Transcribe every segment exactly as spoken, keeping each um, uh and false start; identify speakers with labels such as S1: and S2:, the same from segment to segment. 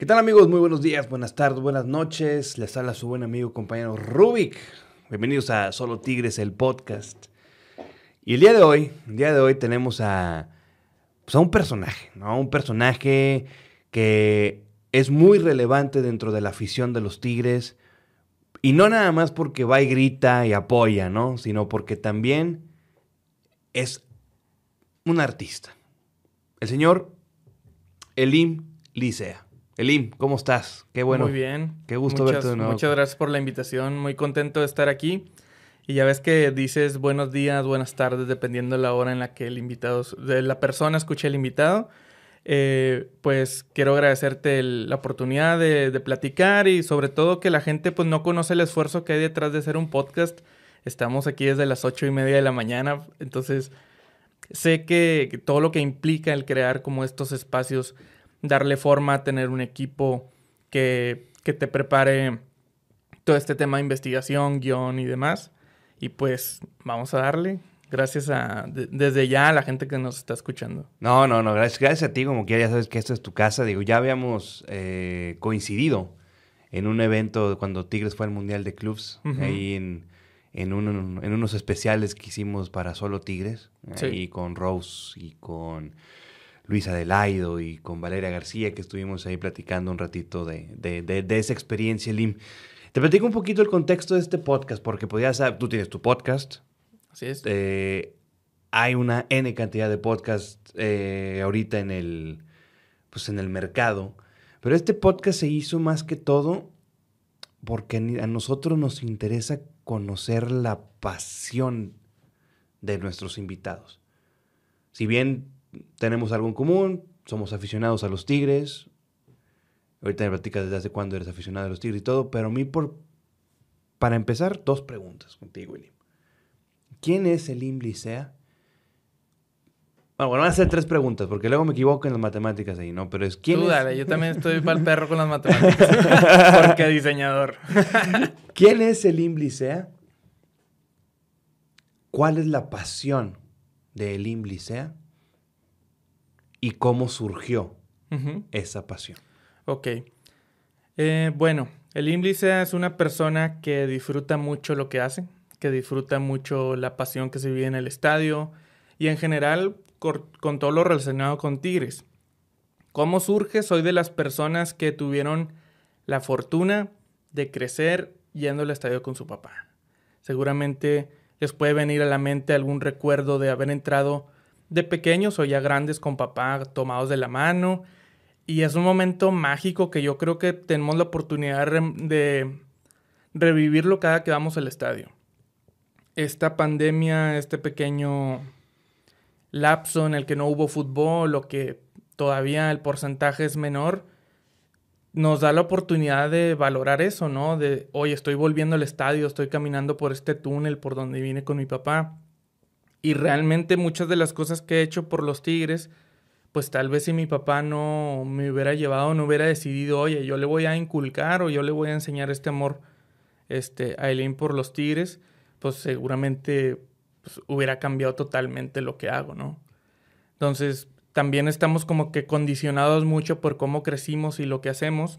S1: ¿Qué tal, amigos? Muy buenos días, buenas tardes, buenas noches. Les habla su buen amigo, compañero Rubik. Bienvenidos a Solo Tigres, el podcast. Y el día de hoy, el día de hoy tenemos a, pues a un personaje, ¿no? Un personaje que es muy relevante dentro de la afición de los Tigres. Y no nada más porque va y grita y apoya, ¿no? Sino porque también es un artista. El señor Elim Licea. Elim, ¿cómo estás? Qué bueno.
S2: Muy bien.
S1: Qué gusto
S2: muchas,
S1: verte de nuevo.
S2: Muchas gracias por la invitación. Muy contento de estar aquí. Y ya ves que dices buenos días, buenas tardes, dependiendo de la hora en la que el invitado, de la persona escuche el invitado. Eh, pues quiero agradecerte el, la oportunidad de, de platicar y sobre todo que la gente pues no conoce el esfuerzo que hay detrás de hacer un podcast. Estamos aquí desde las ocho y media de la mañana, entonces sé que, que todo lo que implica el crear como estos espacios, darle forma, tener un equipo que, que te prepare todo este tema de investigación, guión y demás. Y pues vamos a darle. Gracias a, de, desde ya a la gente que nos está escuchando.
S1: No, no, no, gracias, gracias a ti, como quiera, ya sabes que esta es tu casa. Digo, ya habíamos eh, coincidido en un evento cuando Tigres fue al Mundial de Clubs, uh-huh. ahí en, en, un, en unos especiales que hicimos para Solo Tigres, sí. ahí con Rose y con Luis Adelaido y con Valeria García, que estuvimos ahí platicando un ratito de, de, de, de esa experiencia, Lim. Te platico un poquito el contexto de este podcast, porque pues ya sabes, tú tienes tu podcast.
S2: Así es.
S1: Eh, hay una N cantidad de podcasts eh, ahorita en el, pues en el mercado. Pero este podcast se hizo más que todo porque a nosotros nos interesa conocer la pasión de nuestros invitados. Si bien tenemos algo en común, somos aficionados a los Tigres. Ahorita me platicas desde hace cuándo eres aficionado a los Tigres y todo, pero a mí, por, para empezar, dos preguntas contigo, Elim. ¿Quién es Elim Licea? Bueno, bueno, van a ser tres preguntas, porque luego me equivoco en las matemáticas ahí, ¿no? Pero es ¿quién
S2: Tú
S1: es?
S2: dale, yo también estoy para el perro con las matemáticas. Porque diseñador.
S1: ¿Quién es Elim Licea? ¿Cuál es la pasión de Elim Licea? ¿Y cómo surgió uh-huh. esa pasión?
S2: Ok. Eh, bueno, Elim Licea es una persona que disfruta mucho lo que hace, que disfruta mucho la pasión que se vive en el estadio y en general con, con todo lo relacionado con Tigres. ¿Cómo surge? Soy de las personas que tuvieron la fortuna de crecer yendo al estadio con su papá. Seguramente les puede venir a la mente algún recuerdo de haber entrado de pequeños o ya grandes con papá tomados de la mano. Y es un momento mágico que yo creo que tenemos la oportunidad de revivirlo cada que vamos al estadio. Esta pandemia, este pequeño lapso en el que no hubo fútbol o que todavía el porcentaje es menor, nos da la oportunidad de valorar eso, ¿no? De, oye, estoy volviendo al estadio, estoy caminando por este túnel por donde vine con mi papá. Y realmente muchas de las cosas que he hecho por los Tigres, pues tal vez si mi papá no me hubiera llevado, no hubiera decidido, oye, yo le voy a inculcar o yo le voy a enseñar este amor este, a Elim por los Tigres, pues seguramente pues, hubiera cambiado totalmente lo que hago, ¿no? Entonces, también estamos como que condicionados mucho por cómo crecimos y lo que hacemos.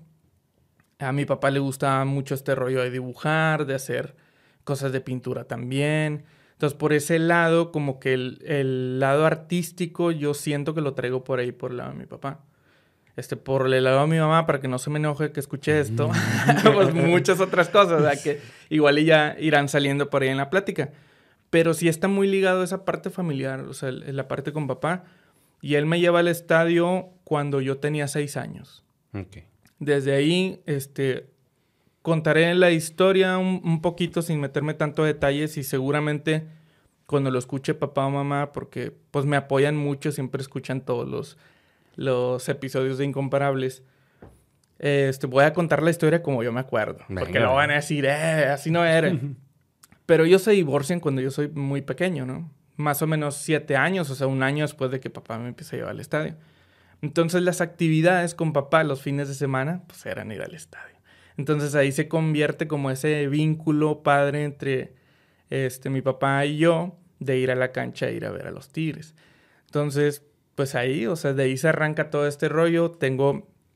S2: A mi papá le gustaba mucho este rollo de dibujar, de hacer cosas de pintura también. Entonces, por ese lado, como que el, el lado artístico, yo siento que lo traigo por ahí, por el lado de mi papá. Este, por el lado de mi mamá, para que no se me enoje que escuche esto, pues muchas otras cosas, ¿verdad? Que igual ya irán saliendo por ahí en la plática. Pero sí está muy ligado a esa parte familiar, o sea, la parte con papá. Y él me lleva al estadio cuando yo tenía seis años.
S1: Okay.
S2: Desde ahí, este, contaré la historia un, un poquito sin meterme tanto detalles y seguramente cuando lo escuche papá o mamá, porque pues me apoyan mucho, siempre escuchan todos los, los episodios de Incomparables. Este, voy a contar la historia como yo me acuerdo. Venga, porque lo van a decir, eh, así no era. Pero ellos se divorcian cuando yo soy muy pequeño, ¿no? Más o menos siete años, o sea, un año después de que papá me empiece a llevar al estadio. Entonces, las actividades con papá los fines de semana, pues, eran ir al estadio. Entonces, ahí se convierte como ese vínculo padre entre este, mi papá y yo, de ir a la cancha e ir a ver a los Tigres. Entonces, pues ahí, o sea, de ahí se arranca todo este rollo. Tengo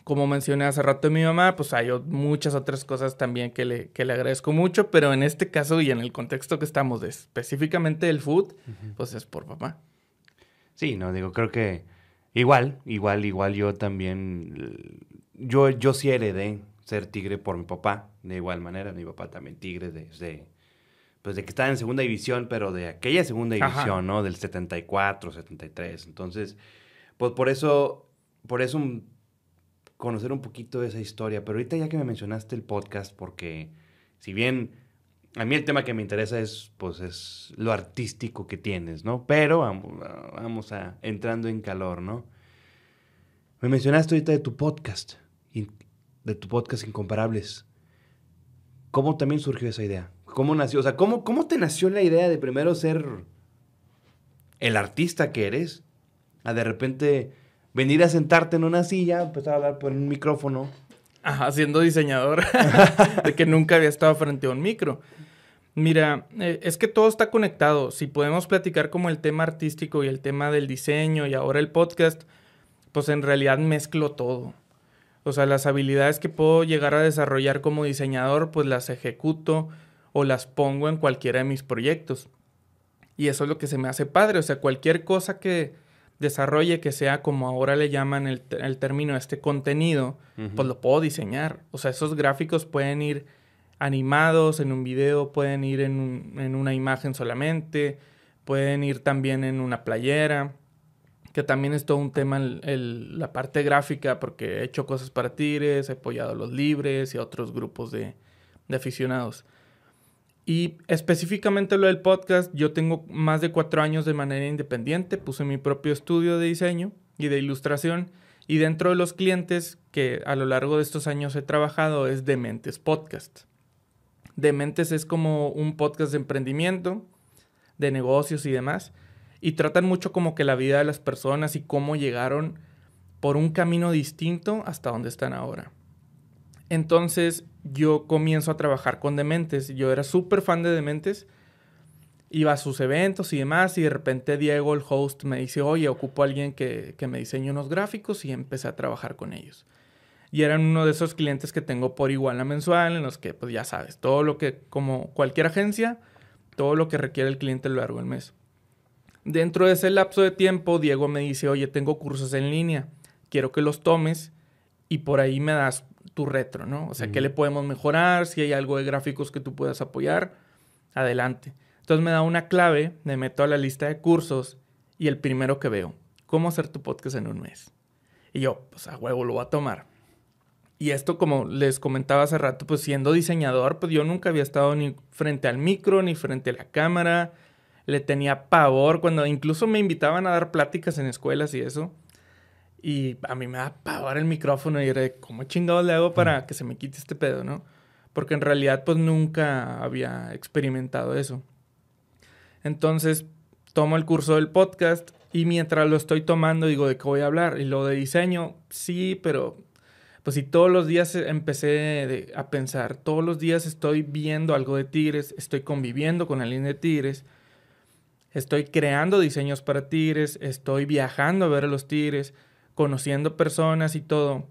S2: Como mencioné hace rato de mi mamá, pues hay muchas otras cosas también que le, que le agradezco mucho, pero en este caso y en el contexto que estamos de específicamente del food, uh-huh. pues es por papá.
S1: Sí, no, digo, creo que igual, igual, igual yo también, yo, yo sí heredé ser tigre por mi papá, de igual manera, mi papá también tigre desde, pues de que estaba en segunda división, pero de aquella segunda división, Ajá. ¿no? Del setenta y cuatro, setenta y tres, entonces, pues por eso, por eso conocer un poquito de esa historia, pero ahorita ya que me mencionaste el podcast, porque si bien a mí el tema que me interesa es, pues, es lo artístico que tienes, ¿no? Pero vamos, vamos a entrando en calor, ¿no? Me mencionaste ahorita de tu podcast, de tu podcast Incomparables. ¿Cómo también surgió esa idea? ¿Cómo nació? O sea, ¿cómo, cómo te nació la idea de primero ser el artista que eres, a de repente venir a sentarte en una silla, empezar a hablar por un micrófono?
S2: Ajá, siendo diseñador, de que nunca había estado frente a un micro. Mira, eh, es que todo está conectado. Si podemos platicar como el tema artístico y el tema del diseño y ahora el podcast, pues en realidad mezclo todo. O sea, las habilidades que puedo llegar a desarrollar como diseñador, pues las ejecuto o las pongo en cualquiera de mis proyectos. Y eso es lo que se me hace padre. O sea, cualquier cosa que desarrolle que sea como ahora le llaman el, el término este contenido, uh-huh. pues lo puedo diseñar. O sea, esos gráficos pueden ir animados en un video, pueden ir en, un, en una imagen solamente, pueden ir también en una playera, que también es todo un tema el, el, la parte gráfica, porque he hecho cosas para Tigres, he apoyado a los Libres y a otros grupos de, de aficionados. Y específicamente lo del podcast, yo tengo más de cuatro años de manera independiente, puse mi propio estudio de diseño y de ilustración, y dentro de los clientes que a lo largo de estos años he trabajado es Dementes Podcast. Dementes es como un podcast de emprendimiento, de negocios y demás, y tratan mucho como que la vida de las personas y cómo llegaron por un camino distinto hasta donde están ahora. Entonces yo comienzo a trabajar con Dementes. Yo era súper fan de Dementes. Iba a sus eventos y demás. Y de repente Diego, el host, me dice, oye, ocupo a alguien que, que me diseñe unos gráficos. Y empecé a trabajar con ellos. Y eran uno de esos clientes que tengo por iguala mensual. En los que, pues ya sabes, todo lo que, como cualquier agencia, todo lo que requiere el cliente a lo largo del mes. Dentro de ese lapso de tiempo, Diego me dice, oye, tengo cursos en línea. Quiero que los tomes. Y por ahí me das tu retro, ¿no? O sea, uh-huh. ¿qué le podemos mejorar? Si hay algo de gráficos que tú puedas apoyar, adelante. Entonces me da una clave, me meto a la lista de cursos y el primero que veo, ¿cómo hacer tu podcast en un mes? Y yo, pues a huevo lo voy a tomar. Y esto, como les comentaba hace rato, pues siendo diseñador, pues yo nunca había estado ni frente al micro, ni frente a la cámara. Le tenía pavor cuando incluso me invitaban a dar pláticas en escuelas y eso. Y a mí me da pavor el micrófono y era de, ¿cómo chingados le hago para que se me quite este pedo, no? Porque en realidad, pues, nunca había experimentado eso. Entonces, tomo el curso del podcast y mientras lo estoy tomando, digo, ¿de qué voy a hablar? Y lo de diseño, sí, pero, pues, si todos los días empecé de, a pensar, todos los días estoy viendo algo de Tigres, estoy conviviendo con alguien de Tigres, estoy creando diseños para Tigres, estoy viajando a ver a los Tigres, conociendo personas y todo.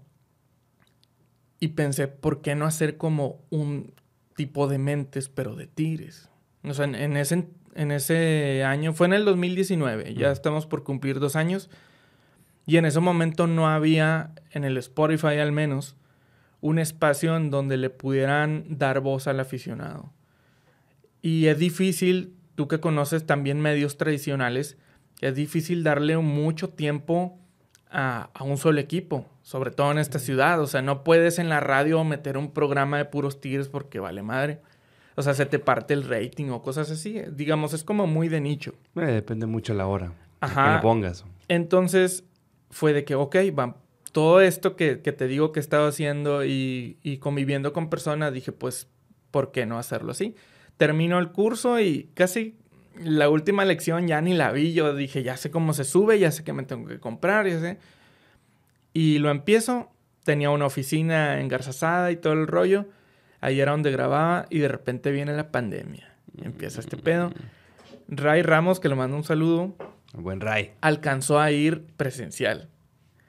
S2: Y pensé, ¿por qué no hacer como un tipo de Mentes, pero de Tigres? O sea, en, en, ese, en ese año, fue en el dos mil diecinueve, ya estamos por cumplir dos años. Y en ese momento no había, en el Spotify al menos, un espacio en donde le pudieran dar voz al aficionado. Y es difícil, tú que conoces también medios tradicionales, es difícil darle mucho tiempo A, a un solo equipo, sobre todo en esta ciudad. O sea, no puedes en la radio meter un programa de puros Tigres porque vale madre. O sea, se te parte el rating o cosas así. Digamos, es como muy de nicho.
S1: Eh, depende mucho la hora.
S2: Ajá.
S1: Que le pongas.
S2: Entonces, fue de que, ok, va, todo esto que, que te digo que he estado haciendo y, y conviviendo con personas, dije, pues, ¿por qué no hacerlo así? Termino el curso y casi la última lección ya ni la vi. Yo dije, ya sé cómo se sube, ya sé qué me tengo que comprar, ya sé. Y lo empiezo. Tenía una oficina en Garzazada y todo el rollo. Ahí era donde grababa y de repente viene la pandemia. Empieza este pedo. Ray Ramos, que le mando un saludo.
S1: Buen Ray.
S2: Alcanzó a ir presencial.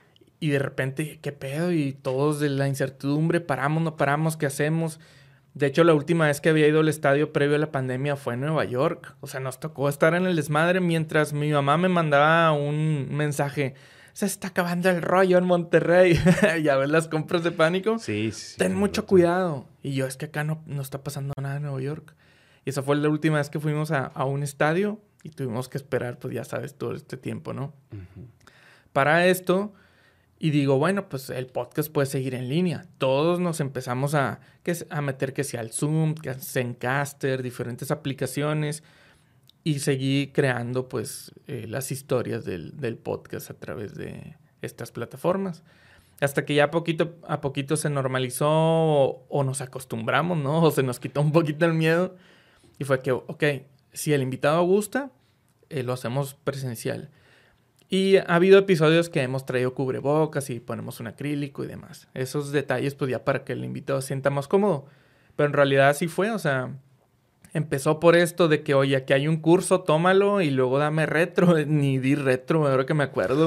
S2: y de repente, ¿qué pedo? Y todos de la incertidumbre, paramos, no paramos, ¿qué hacemos? De hecho, la última vez que había ido al estadio previo a la pandemia fue en Nueva York. O sea, nos tocó estar en el desmadre mientras mi mamá me mandaba un mensaje. Se está acabando el rollo en Monterrey. Ya ves las compras de pánico.
S1: Sí, sí.
S2: Ten mucho cuidado. Y yo, es que acá no, no está pasando nada en Nueva York. Y esa fue la última vez que fuimos a, a un estadio y tuvimos que esperar, pues ya sabes, todo este tiempo, ¿no?
S1: Uh-huh.
S2: Para esto... Y digo, bueno, pues el podcast puede seguir en línea. Todos nos empezamos a, que, a meter que sea el Zoom, que sea Zencaster, diferentes aplicaciones. Y seguí creando, pues, eh, las historias del, del podcast a través de estas plataformas. Hasta que ya poquito a poquito se normalizó o, o nos acostumbramos, ¿no? O se nos quitó un poquito el miedo. Y fue que, ok, si el invitado gusta, eh, lo hacemos presencial. Y ha habido episodios que hemos traído cubrebocas y ponemos un acrílico y demás. Esos detalles, pues ya para que el invitado se sienta más cómodo. Pero en realidad así fue, o sea, empezó por esto de que, oye, aquí hay un curso, tómalo y luego dame retro. Ni di retro, ahora que me acuerdo.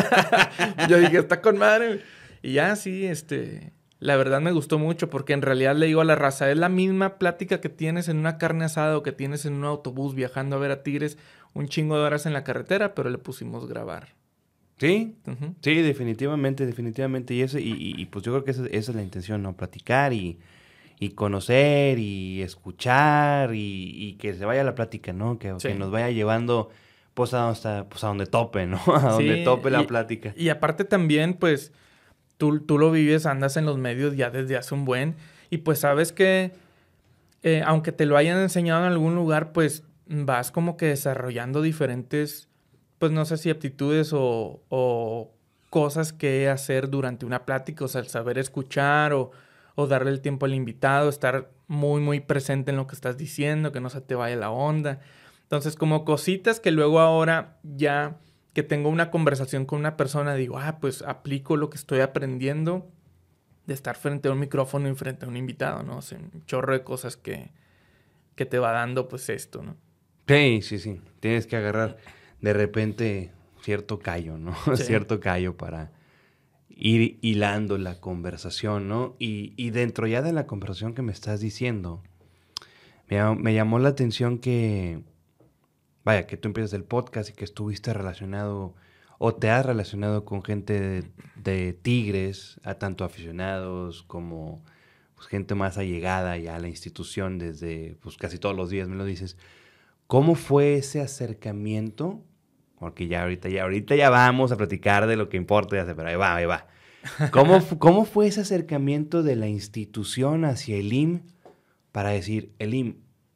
S2: Yo dije, está con madre. Y ya sí, este, la verdad me gustó mucho porque en realidad le digo a la raza, es la misma plática que tienes en una carne asada o que tienes en un autobús viajando a ver a tigres un chingo de horas en la carretera, pero le pusimos grabar.
S1: Sí,
S2: Uh-huh.
S1: sí, definitivamente, definitivamente. Y, eso, y, y, y pues yo creo que esa, esa es la intención, ¿no? Platicar y, y conocer y escuchar y, y que se vaya la plática, ¿no? Que, sí. que nos vaya llevando pues a, hasta, pues a donde tope, ¿no? A donde sí, tope la
S2: y,
S1: plática.
S2: Y aparte también, pues, tú, tú lo vives, andas en los medios ya desde hace un buen. Y pues sabes que, eh, aunque te lo hayan enseñado en algún lugar, pues vas como que desarrollando diferentes, pues no sé si aptitudes o, o cosas que hacer durante una plática. O sea, el saber escuchar o, o darle el tiempo al invitado, estar muy, muy presente en lo que estás diciendo, que no se te vaya la onda. Entonces, como cositas que luego ahora ya que tengo una conversación con una persona, digo, ah, pues aplico lo que estoy aprendiendo de estar frente a un micrófono y frente a un invitado, ¿no? O sea, un chorro de cosas que, que te va dando, pues, esto, ¿no?
S1: Sí, sí, sí. Tienes que agarrar de repente cierto callo, ¿no? Sí. Cierto callo para ir hilando la conversación, ¿no? Y, y dentro ya de la conversación que me estás diciendo, me, me llamó la atención que, vaya, que tú empiezas el podcast y que estuviste relacionado o te has relacionado con gente de, de Tigres, a tanto aficionados como pues, gente más allegada ya a la institución desde pues, casi todos los días, me lo dices. ¿Cómo fue ese acercamiento? Porque ya ahorita, ya ahorita ya vamos a platicar de lo que importa, ya sé, pero ahí va, ahí va. ¿Cómo, ¿Cómo fue ese acercamiento de la institución hacia el I M para decir, el I M,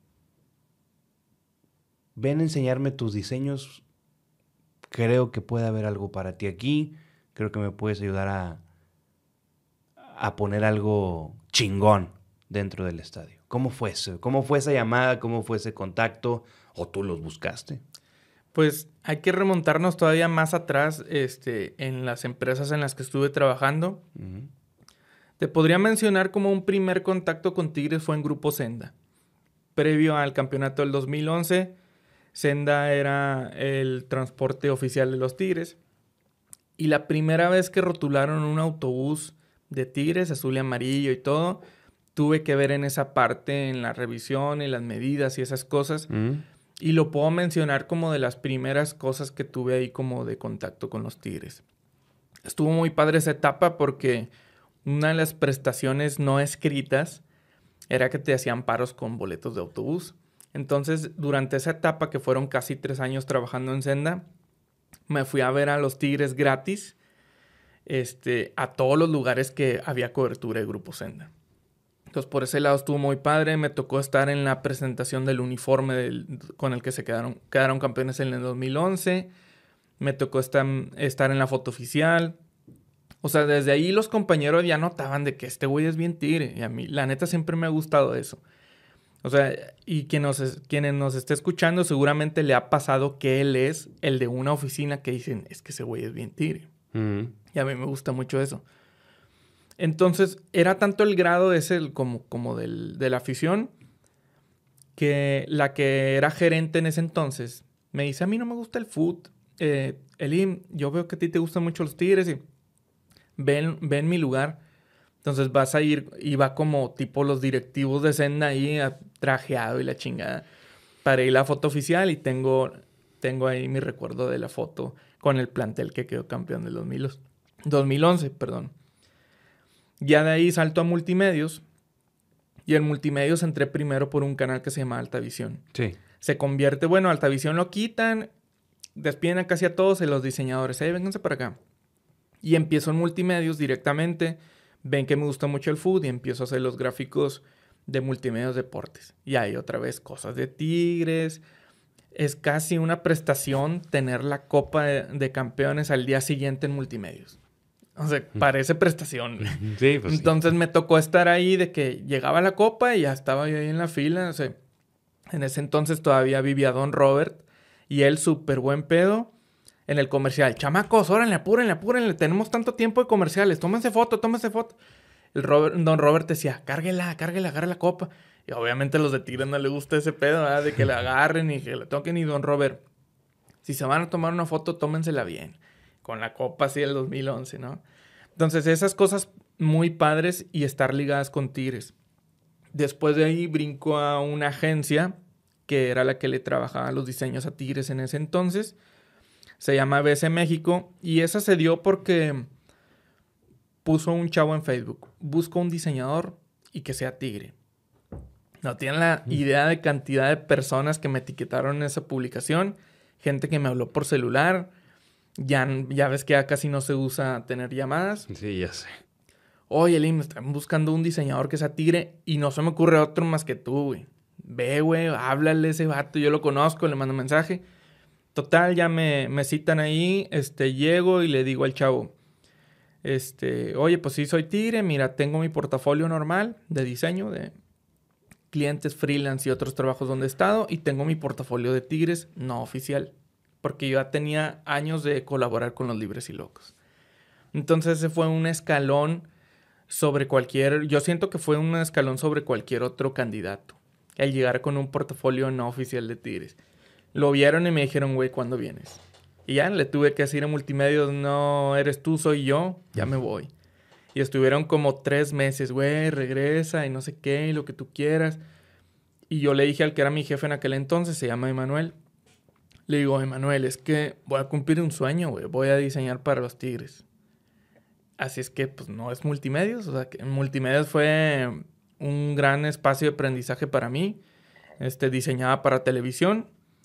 S1: ven a enseñarme tus diseños, creo que puede haber algo para ti aquí, creo que me puedes ayudar a, a poner algo chingón dentro del estadio? ¿Cómo fue eso? ¿Cómo fue esa llamada? ¿Cómo fue ese contacto? ¿O tú los buscaste?
S2: Pues hay que remontarnos todavía más atrás este, en las empresas en las que estuve trabajando. Uh-huh. Te podría mencionar como un primer contacto con Tigres fue en Grupo Senda. Previo al campeonato del dos mil once, Senda era el transporte oficial de los Tigres. Y la primera vez que rotularon un autobús de Tigres, azul y amarillo y todo, tuve que ver en esa parte, en la revisión y las medidas y esas cosas. Uh-huh. Y lo puedo mencionar como de las primeras cosas que tuve ahí como de contacto con los Tigres. Estuvo muy padre esa etapa porque una de las prestaciones no escritas era que te hacían paros con boletos de autobús. Entonces, durante esa etapa, que fueron casi tres años trabajando en Senda, me fui a ver a los Tigres gratis este, a todos los lugares que había cobertura de Grupo Senda. Entonces, por ese lado estuvo muy padre. Me tocó estar en la presentación del uniforme del, con el que se quedaron, quedaron campeones en el dos mil once. Me tocó estar, estar en la foto oficial. O sea, desde ahí los compañeros ya notaban de que este güey es bien tigre. Y a mí, la neta, siempre me ha gustado eso. O sea, y quien nos, quienes nos esté escuchando seguramente le ha pasado que él es el de una oficina que dicen, es que ese güey es bien tigre. Mm. Y a mí me gusta mucho eso. Entonces, era tanto el grado ese como, como del, de la afición que la que era gerente en ese entonces me dice, a mí no me gusta el fútbol. Eh, Elim, yo veo que a ti te gustan mucho los Tigres y ven, ven mi lugar. Entonces vas a ir, y va como tipo los directivos de Senda ahí, trajeado y la chingada, para ir a la foto oficial y tengo, tengo ahí mi recuerdo de la foto con el plantel que quedó campeón del dos mil, dos mil once, perdón. Ya de ahí salto a Multimedios, y en Multimedios entré primero por un canal que se llama Altavisión.
S1: Sí.
S2: Se convierte, bueno, Altavisión lo quitan, despiden a casi a todos y los diseñadores, hey, vénganse para acá. Y empiezo en Multimedios directamente. Ven que me gusta mucho el fútbol y empiezo a hacer los gráficos de Multimedios Deportes. Y ahí otra vez cosas de Tigres. Es casi una prestación tener la Copa de, de Campeones al día siguiente en Multimedios. O sea, parece prestación.
S1: Sí, pues
S2: Entonces
S1: sí.
S2: me tocó estar ahí de que llegaba la Copa y ya estaba yo ahí en la fila. O sea, en ese entonces todavía vivía Don Robert y él súper buen pedo. En el comercial, chamacos, órale, apúrenle, apúrenle, tenemos tanto tiempo de comerciales, tómense foto, tómense foto. El Robert, Don Robert decía, cárguela, cárguela, agarra la copa. Y obviamente a los de Tigres no les gusta ese pedo, ¿verdad? De que la agarren y que la toquen. Y Don Robert, si se van a tomar una foto, tómensela bien. Con la copa así del dos mil once, ¿no? Entonces esas cosas muy padres y estar ligadas con Tigres. Después de ahí brinco a una agencia que era la que le trabajaba los diseños a Tigres en ese entonces. Se llama B S México y esa se dio porque puso un chavo en Facebook. Busco un diseñador y que sea tigre. No tienen la idea de cantidad de personas que me etiquetaron en esa publicación. Gente que me habló por celular. Ya, ya ves que ya casi no se usa tener llamadas.
S1: Sí, ya sé.
S2: Oye, Lim, están buscando un diseñador que sea tigre y no se me ocurre otro más que tú, güey. Ve, güey, háblale a ese vato. Yo lo conozco, le mando un mensaje. Total, ya me, me citan ahí, este, llego y le digo al chavo, este, oye, pues sí soy tigre, mira, tengo mi portafolio normal de diseño, de clientes freelance y otros trabajos donde he estado, y tengo mi portafolio de Tigres no oficial, porque yo ya tenía años de colaborar con los Libres y Locos. Entonces ese fue un escalón sobre cualquier, yo siento que fue un escalón sobre cualquier otro candidato, al llegar con un portafolio no oficial de Tigres. Lo vieron y me dijeron, güey, ¿cuándo vienes? Y ya le tuve que decir a Multimedios, no eres tú, soy yo, ya me voy. Y estuvieron como tres meses, güey, regresa y no sé qué, y lo que tú quieras. Y yo le dije al que era mi jefe en aquel entonces, se llama Emanuel. Le digo, Emanuel, es que voy a cumplir un sueño, güey, voy a diseñar para los Tigres. Así es que, pues, no es Multimedios. O sea, que Multimedios fue un gran espacio de aprendizaje para mí. Este, diseñaba para televisión.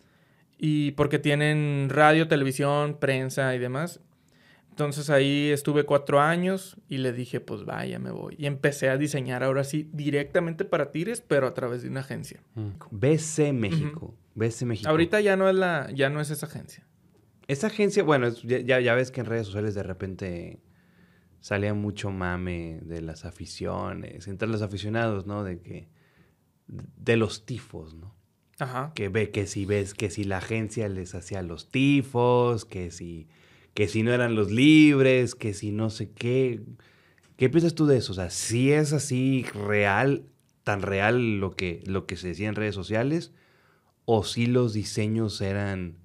S2: Y porque tienen radio, televisión, prensa y demás. Entonces ahí estuve cuatro años y le dije, pues vaya, me voy. Y empecé a diseñar ahora sí directamente para Tigres, pero a través de una agencia.
S1: B C México.
S2: Uh-huh.
S1: B C México.
S2: Ahorita ya no es la, ya no es esa agencia.
S1: Esa agencia, bueno, es- ya, ya, ya ves que en redes sociales de repente salía mucho mame de las aficiones, entre los aficionados, ¿no? De que, de los tifos, ¿no?
S2: Ajá.
S1: Que ve que si ves que si la agencia les hacía los tifos, que si, que si no eran los Libres, que si no sé qué. ¿Qué piensas tú de eso? O sea, si es así real, tan real lo que, lo que se decía en redes sociales, o si los diseños eran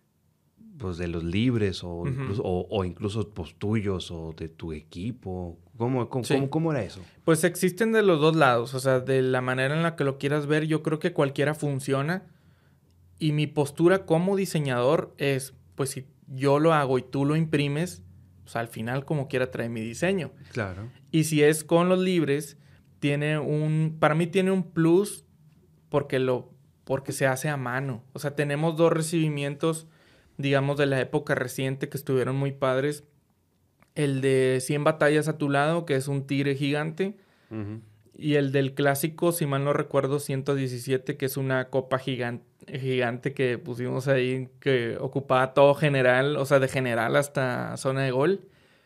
S1: pues de los Libres, o,
S2: Uh-huh.
S1: incluso, o, o incluso pues, tuyos, o de tu equipo. ¿Cómo, cómo,
S2: Sí.
S1: cómo, cómo era eso?
S2: Pues existen de los dos lados. O sea, de la manera en la que lo quieras ver, yo creo que cualquiera funciona. Y mi postura como diseñador es, pues si yo lo hago y tú lo imprimes, pues al final como quiera trae mi diseño.
S1: Claro.
S2: Y si es con los Libres, tiene un, para mí tiene un plus porque lo, porque se hace a mano. O sea, tenemos dos recibimientos, digamos, de la época reciente que estuvieron muy padres. El de cien batallas a tu lado, que es un tigre gigante.
S1: Uh-huh.
S2: Y el del clásico, si mal no recuerdo, ciento diecisiete, que es una copa gigante, gigante que pusimos ahí, que ocupaba todo general, o sea, de general hasta zona de gol.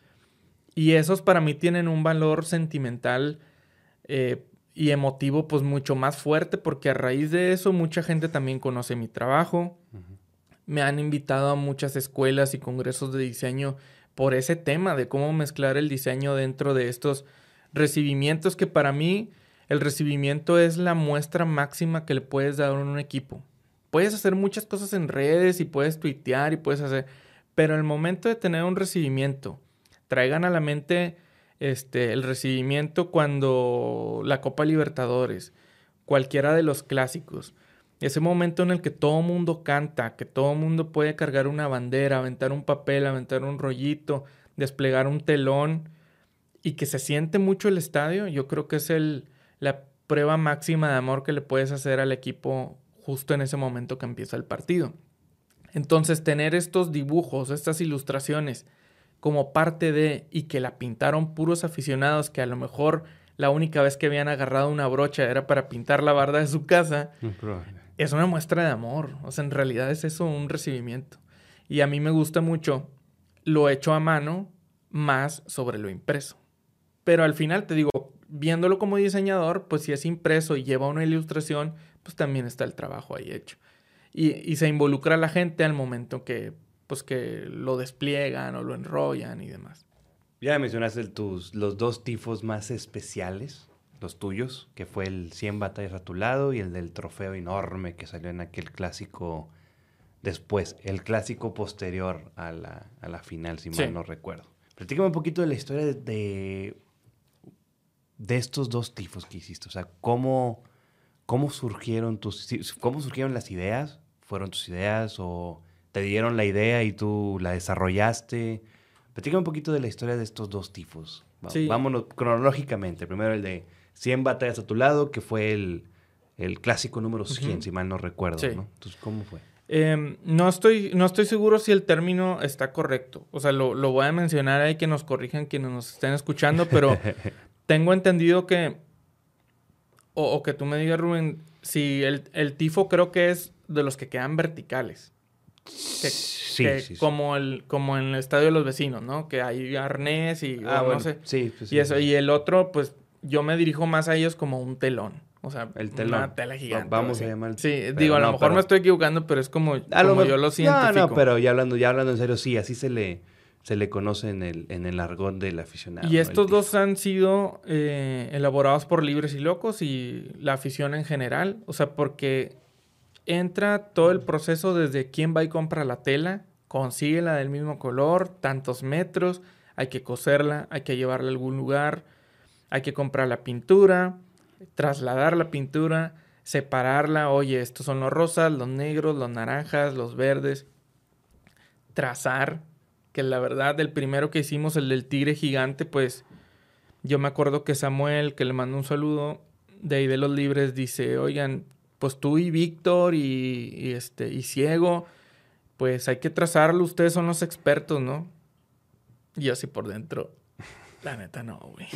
S2: Y esos para mí tienen un valor sentimental eh, y emotivo pues mucho más fuerte, porque a raíz de eso mucha gente también conoce mi trabajo. Uh-huh. Me han invitado a muchas escuelas y congresos de diseño por ese tema de cómo mezclar el diseño dentro de estos recibimientos, que para mí el recibimiento es la muestra máxima que le puedes dar a un equipo. Puedes hacer muchas cosas en redes y puedes tuitear y puedes hacer... Pero el momento de tener un recibimiento, Traigan a la mente este, el recibimiento cuando la Copa Libertadores, cualquiera de los clásicos. Ese momento en el que todo mundo canta, que todo mundo puede cargar una bandera, aventar un papel, aventar un rollito, desplegar un telón y que se siente mucho el estadio, yo creo que es el, la prueba máxima de amor que le puedes hacer al equipo justo en ese momento que empieza el partido. Entonces, tener estos dibujos, estas ilustraciones como parte de, y que la pintaron puros aficionados que a lo mejor la única vez que habían agarrado una brocha era para pintar la barda de su casa, es una muestra de amor. O sea, en realidad es eso, un recibimiento. Y a mí me gusta mucho lo hecho a mano más sobre lo impreso. Pero al final, te digo, viéndolo como diseñador, pues si es impreso y lleva una ilustración, pues también está el trabajo ahí hecho. Y, y se involucra a la gente al momento que, pues que lo despliegan o lo enrollan y demás.
S1: Ya mencionaste el, tus, los dos tifos más especiales, los tuyos, que fue el cien batallas a tu lado y el del trofeo enorme que salió en aquel clásico después, el clásico posterior a la, a la final, si mal sí. no recuerdo. Platícame un poquito de la historia de, de, de estos dos tifos que hiciste. O sea, ¿cómo, cómo surgieron tus, cómo surgieron las ideas? ¿Fueron tus ideas o te dieron la idea y tú la desarrollaste? Platícame un poquito de la historia de estos dos tifos. Sí. Vámonos cronológicamente. Primero el de cien batallas a tu lado, que fue el, el clásico número cien, uh-huh. si mal no recuerdo. Sí. ¿no? Entonces, ¿cómo fue?
S2: Eh, no, estoy, no estoy seguro si el término está correcto. O sea, lo, lo voy a mencionar ahí, que nos corrijan quienes nos estén escuchando, pero tengo entendido que... O, o que tú me digas, Rubén, si el, el tifo creo que es de los que quedan verticales. Que,
S1: sí,
S2: que
S1: sí,
S2: como sí. el como en el estadio de los vecinos, ¿no? Que hay arnés y
S1: ah,
S2: o
S1: bueno,
S2: no sé.
S1: Sí, pues,
S2: y eso, sí. Y el otro, pues, yo me dirijo más a ellos como un telón. O sea,
S1: el telón.
S2: Una tela gigante.
S1: Va, vamos a llamar el...
S2: Sí, pero digo, a lo no, mejor pero... me estoy equivocando, pero es como,
S1: a
S2: como
S1: lo
S2: yo lo siento.
S1: No, no, pero ya hablando, ya hablando en serio, sí, así se le, se le conoce en el, en el argot del aficionado.
S2: Y estos ¿no? dos han sido eh, elaborados por Libres y Locos y la afición en general. O sea, porque entra todo el proceso desde quién va y compra la tela, consigue la del mismo color, tantos metros, hay que coserla, hay que llevarla a algún lugar, hay que comprar la pintura, trasladar la pintura, separarla, oye, estos son los rosas, los negros, los naranjas, los verdes, trazar, que la verdad, el primero que hicimos, el del tigre gigante, pues yo me acuerdo que Samuel, que le mando un saludo, de ahí de los Libres, dice, oigan, pues tú y Víctor y, y, este, y Ciego, pues hay que trazarlo, ustedes son los expertos, ¿no? Y yo así por dentro, la neta no, güey.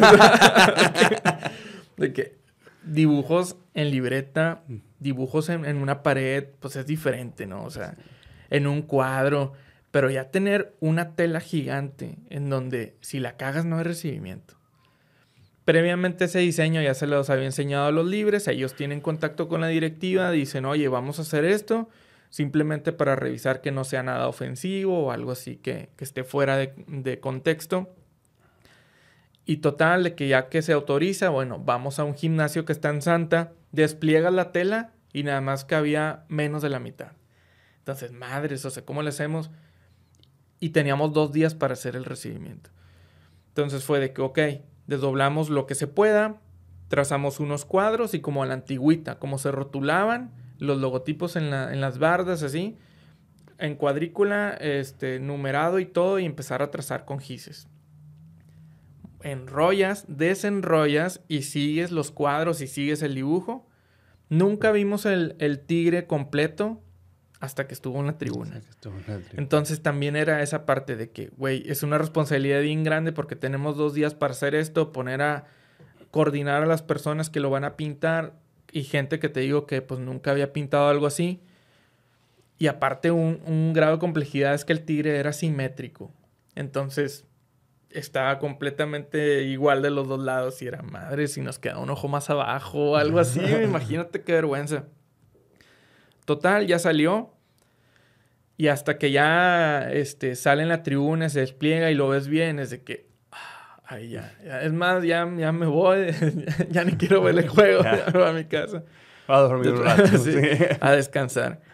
S2: De que dibujos en libreta, dibujos en, en una pared, pues es diferente, ¿no? O sea, en un cuadro, pero ya tener una tela gigante en donde si la cagas no hay recibimiento. Previamente ese diseño ya se los había enseñado a los Libres, ellos tienen contacto con la directiva, dicen, oye, vamos a hacer esto, simplemente para revisar que no sea nada ofensivo o algo así que, que esté fuera de, de contexto. Y total, de que ya que se autoriza, bueno, vamos a un gimnasio que está en Santa, despliegas la tela y nada más cabía menos de la mitad. Entonces, madres, o sea, ¿cómo le hacemos? Y teníamos dos días para hacer el recibimiento. Entonces fue de que, ok, desdoblamos lo que se pueda, trazamos unos cuadros y como a la antigüita, como se rotulaban los logotipos en, la, en las bardas, así, en cuadrícula, este, numerado y todo, y empezar a trazar con gises. Enrollas, desenrollas y sigues los cuadros y sigues el dibujo. Nunca vimos el, el tigre completo hasta que estuvo en la tribuna. En la tribuna. Entonces también era esa parte de que, güey, es una responsabilidad bien grande porque tenemos dos días para hacer esto, poner a coordinar a las personas que lo van a pintar y gente que te digo que pues nunca había pintado algo así. Y aparte un, un grado de complejidad es que el tigre era simétrico. Entonces estaba completamente igual de los dos lados y era madre, si nos queda un ojo más abajo o algo así, imagínate qué vergüenza. Total, ya salió y hasta que ya este, sale en la tribuna, se despliega y lo ves bien, es de que, ah, ahí ya, ya, es más, ya, ya me voy, ya, ya ni quiero ver el juego, ya me voy a mi casa.
S1: A dormir un rato.
S2: Sí, a descansar.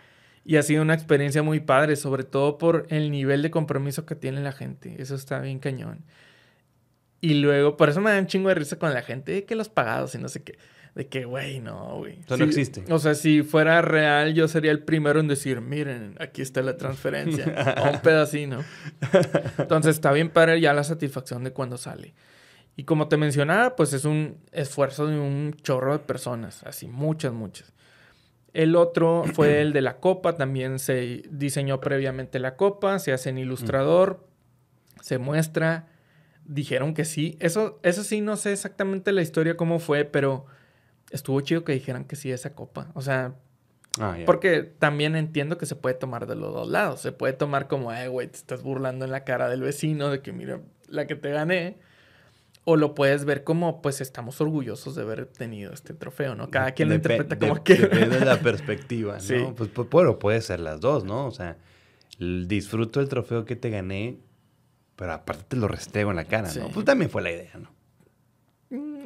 S2: Y ha sido una experiencia muy padre, sobre todo por el nivel de compromiso que tiene la gente. Eso está bien cañón. Y luego, por eso me da un chingo de risa con la gente de que los pagados y no sé qué. De que, güey, no, güey.
S1: Eso
S2: sí,
S1: no existe.
S2: O sea, si fuera real, yo sería el primero en decir, miren, aquí está la transferencia. O un pedacito, ¿no? Entonces, está bien padre ya la satisfacción de cuando sale. Y como te mencionaba, pues es un esfuerzo de un chorro de personas. Así, muchas, muchas. El otro fue el de la copa. También se diseñó previamente la copa. Se hace en Ilustrador. Mm. Se muestra. Dijeron que sí. Eso, eso sí, no sé exactamente la historia cómo fue, pero estuvo chido que dijeran que sí esa copa. O sea, ah, yeah. Porque también entiendo que se puede tomar de los dos lados. Se puede tomar como, eh, güey, te estás burlando en la cara del vecino de que, mira, la que te gané. O lo puedes ver como, pues, estamos orgullosos de haber tenido este trofeo, ¿no? Cada quien Dep- lo interpreta como de- quiera.
S1: Depende de la perspectiva, ¿no? Sí. Pues, pues, bueno, puede ser las dos, ¿no? O sea, disfruto el trofeo que te gané, pero aparte te lo restrego en la cara, sí. ¿no? Pues también fue la idea, ¿no?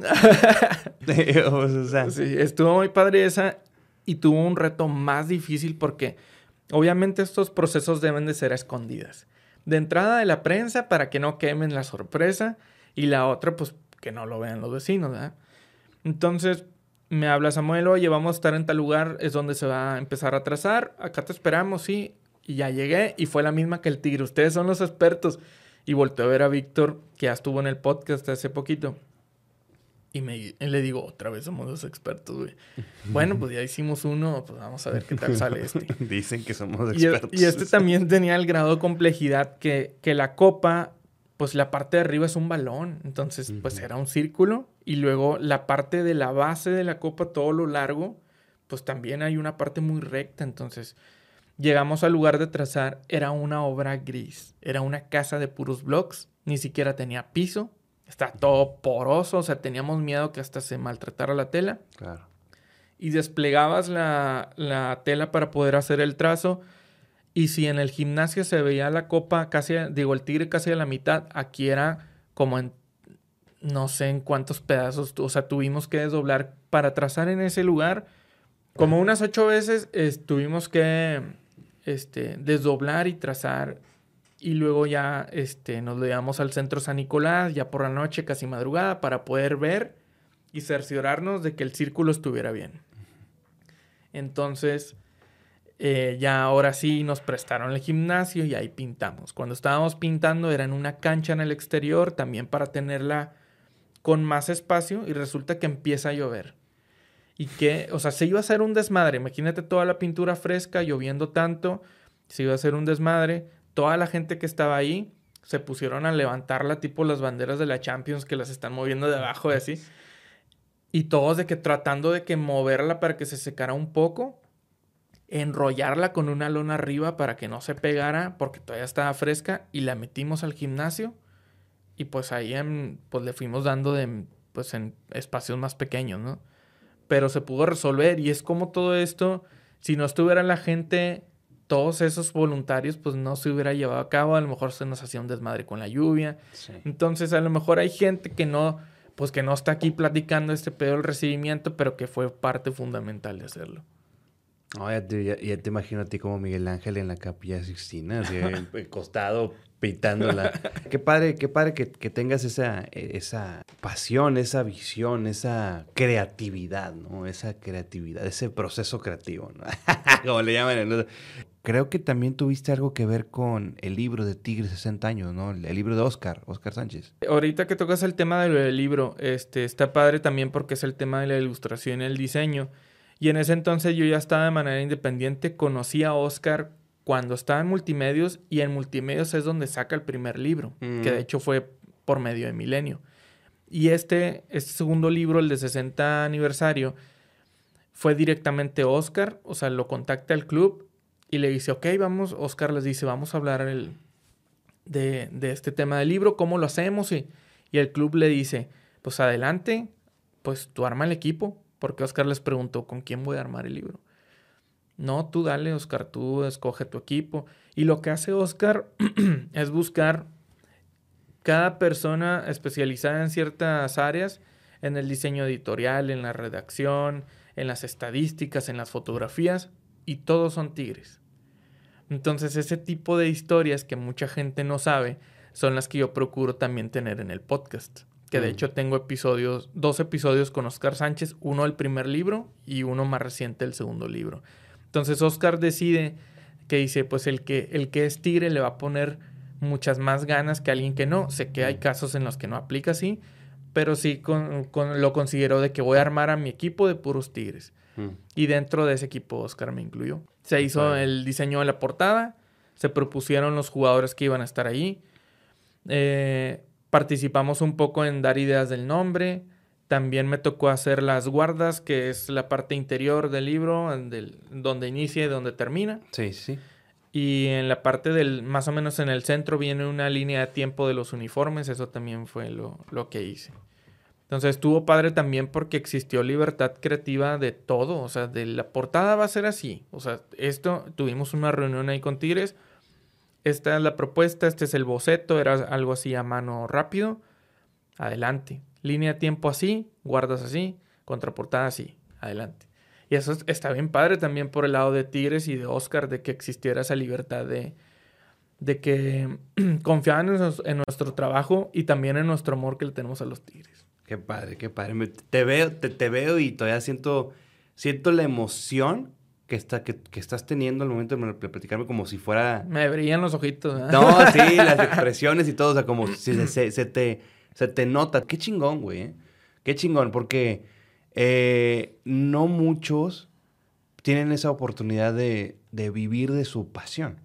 S1: O sea,
S2: sí, estuvo muy padre esa y tuvo un reto más difícil porque obviamente estos procesos deben de ser a escondidas. De entrada de la prensa para que no quemen la sorpresa y la otra pues que no lo vean los vecinos, ¿verdad? Entonces me habla Samuel, oye, vamos a estar en tal lugar, es donde se va a empezar a trazar, acá te esperamos, sí. Y ya llegué y fue la misma que el tigre, ustedes son los expertos. Y volteé a ver a Víctor, que ya estuvo en el podcast hace poquito. Y, me, y le digo, otra vez somos los expertos, güey. Bueno, pues ya hicimos uno, pues vamos a ver qué tal sale este.
S1: Dicen que somos expertos.
S2: Y, y este también tenía el grado de complejidad que, que la copa, pues la parte de arriba es un balón. Entonces, uh-huh. pues era un círculo. Y luego la parte de la base de la copa, todo lo largo, pues también hay una parte muy recta. Entonces, llegamos al lugar de trazar, era una obra gris. Era una casa de puros blocks. Ni siquiera tenía piso. Está todo poroso, o sea, teníamos miedo que hasta se maltratara la tela.
S1: Claro.
S2: Y desplegabas la, la tela para poder hacer el trazo. Y si en el gimnasio se veía la copa casi, digo, el tigre casi a la mitad, aquí era como en, no sé en cuántos pedazos, o sea, tuvimos que desdoblar para trazar en ese lugar. Como unas ocho veces eh, tuvimos que este, desdoblar y trazar. Y luego ya este, nos lo llevamos al centro San Nicolás, ya por la noche, casi madrugada, para poder ver y cerciorarnos de que el círculo estuviera bien. Entonces, eh, ya ahora sí nos prestaron el gimnasio y ahí pintamos. Cuando estábamos pintando era en una cancha en el exterior, también para tenerla con más espacio, y resulta que empieza a llover. Y que, o sea, se iba a hacer un desmadre. Imagínate toda la pintura fresca, lloviendo tanto, se iba a hacer un desmadre. Toda la gente que estaba ahí se pusieron a levantarla tipo las banderas de la Champions que las están moviendo de abajo y así. Y todos de que tratando de que moverla para que se secara un poco, enrollarla con una lona arriba para que no se pegara porque todavía estaba fresca, y la metimos al gimnasio y pues ahí en, pues le fuimos dando de, pues en espacios más pequeños, ¿no? Pero se pudo resolver, y es como todo esto, si no estuviera la gente, todos esos voluntarios, pues no se hubiera llevado a cabo. A lo mejor se nos hacía un desmadre con la lluvia. Sí. Entonces, a lo mejor hay gente que no, pues que no está aquí platicando este pedo del recibimiento, pero que fue parte fundamental de hacerlo.
S1: Oh, ya, te, ya, ya te imagino a ti como Miguel Ángel en la Capilla Sixtina, así el costado pintándola. Qué padre, qué padre que, que tengas esa, esa pasión, esa visión, esa creatividad, ¿no? Esa creatividad, ese proceso creativo, ¿no? Como le llaman, ¿no? Creo que también tuviste algo que ver con el libro de Tigre sesenta años, ¿no? El libro de Oscar, Oscar Sánchez.
S2: Ahorita que tocas el tema del libro, este, está padre también porque es el tema de la ilustración y el diseño. Y en ese entonces yo ya estaba de manera independiente. Conocí a Oscar cuando estaba en Multimedios, y en Multimedios es donde saca el primer libro, mm. que de hecho fue por medio de Milenio. Y este, este segundo libro, el de sesenta aniversario, fue directamente Oscar, o sea, lo contacta el club y le dice, ok, vamos, Oscar les dice, vamos a hablar el, de, de este tema del libro, ¿cómo lo hacemos? Y, y el club le dice, pues adelante, pues tú arma el equipo, porque Oscar les preguntó, ¿con quién voy a armar el libro? No, tú dale, Oscar, tú escoge tu equipo. Y lo que hace Oscar es buscar cada persona especializada en ciertas áreas, en el diseño editorial, en la redacción, en las estadísticas, en las fotografías, y todos son tigres. Entonces, ese tipo de historias que mucha gente no sabe son las que yo procuro también tener en el podcast. Que de mm. hecho tengo episodios, dos episodios con Oscar Sánchez, uno del primer libro y uno más reciente del segundo libro. Entonces, Oscar decide que dice, pues el que, el que es tigre le va a poner muchas más ganas que alguien que no. Sé que hay casos en los que no aplica así, pero sí con, con, lo considero de que voy a armar a mi equipo de puros tigres. Mm. Y dentro de ese equipo Oscar me incluyó. Se hizo okay. el diseño de la portada, se propusieron los jugadores que iban a estar ahí. Eh, participamos un poco en dar ideas del nombre. También me tocó hacer las guardas, que es la parte interior del libro, del, donde inicia y donde termina.
S1: Sí, sí.
S2: Y en la parte del, más o menos en el centro, viene una línea de tiempo de los uniformes. Eso también fue lo, lo que hice. Entonces estuvo padre también porque existió libertad creativa de todo. O sea, de la portada va a ser así. O sea, esto, tuvimos una reunión ahí con Tigres. Esta es la propuesta, este es el boceto. Era algo así a mano rápido. Adelante. Línea de tiempo así, guardas así, contraportada así. Adelante. Y eso está bien padre también por el lado de Tigres y de Oscar, de que existiera esa libertad de, de que confiaban en, en nuestro trabajo y también en nuestro amor que le tenemos a los Tigres.
S1: Qué padre, qué padre. Me, te veo, te, te veo y todavía siento, siento la emoción que, está, que, que estás teniendo al momento de platicarme como si fuera...
S2: Me brillan los ojitos, ¿eh?
S1: No, sí, las expresiones y todo, o sea, como si se, se, se, te, se te nota. Qué chingón, güey, ¿eh? Qué chingón, porque eh, no muchos tienen esa oportunidad de, de vivir de su pasión.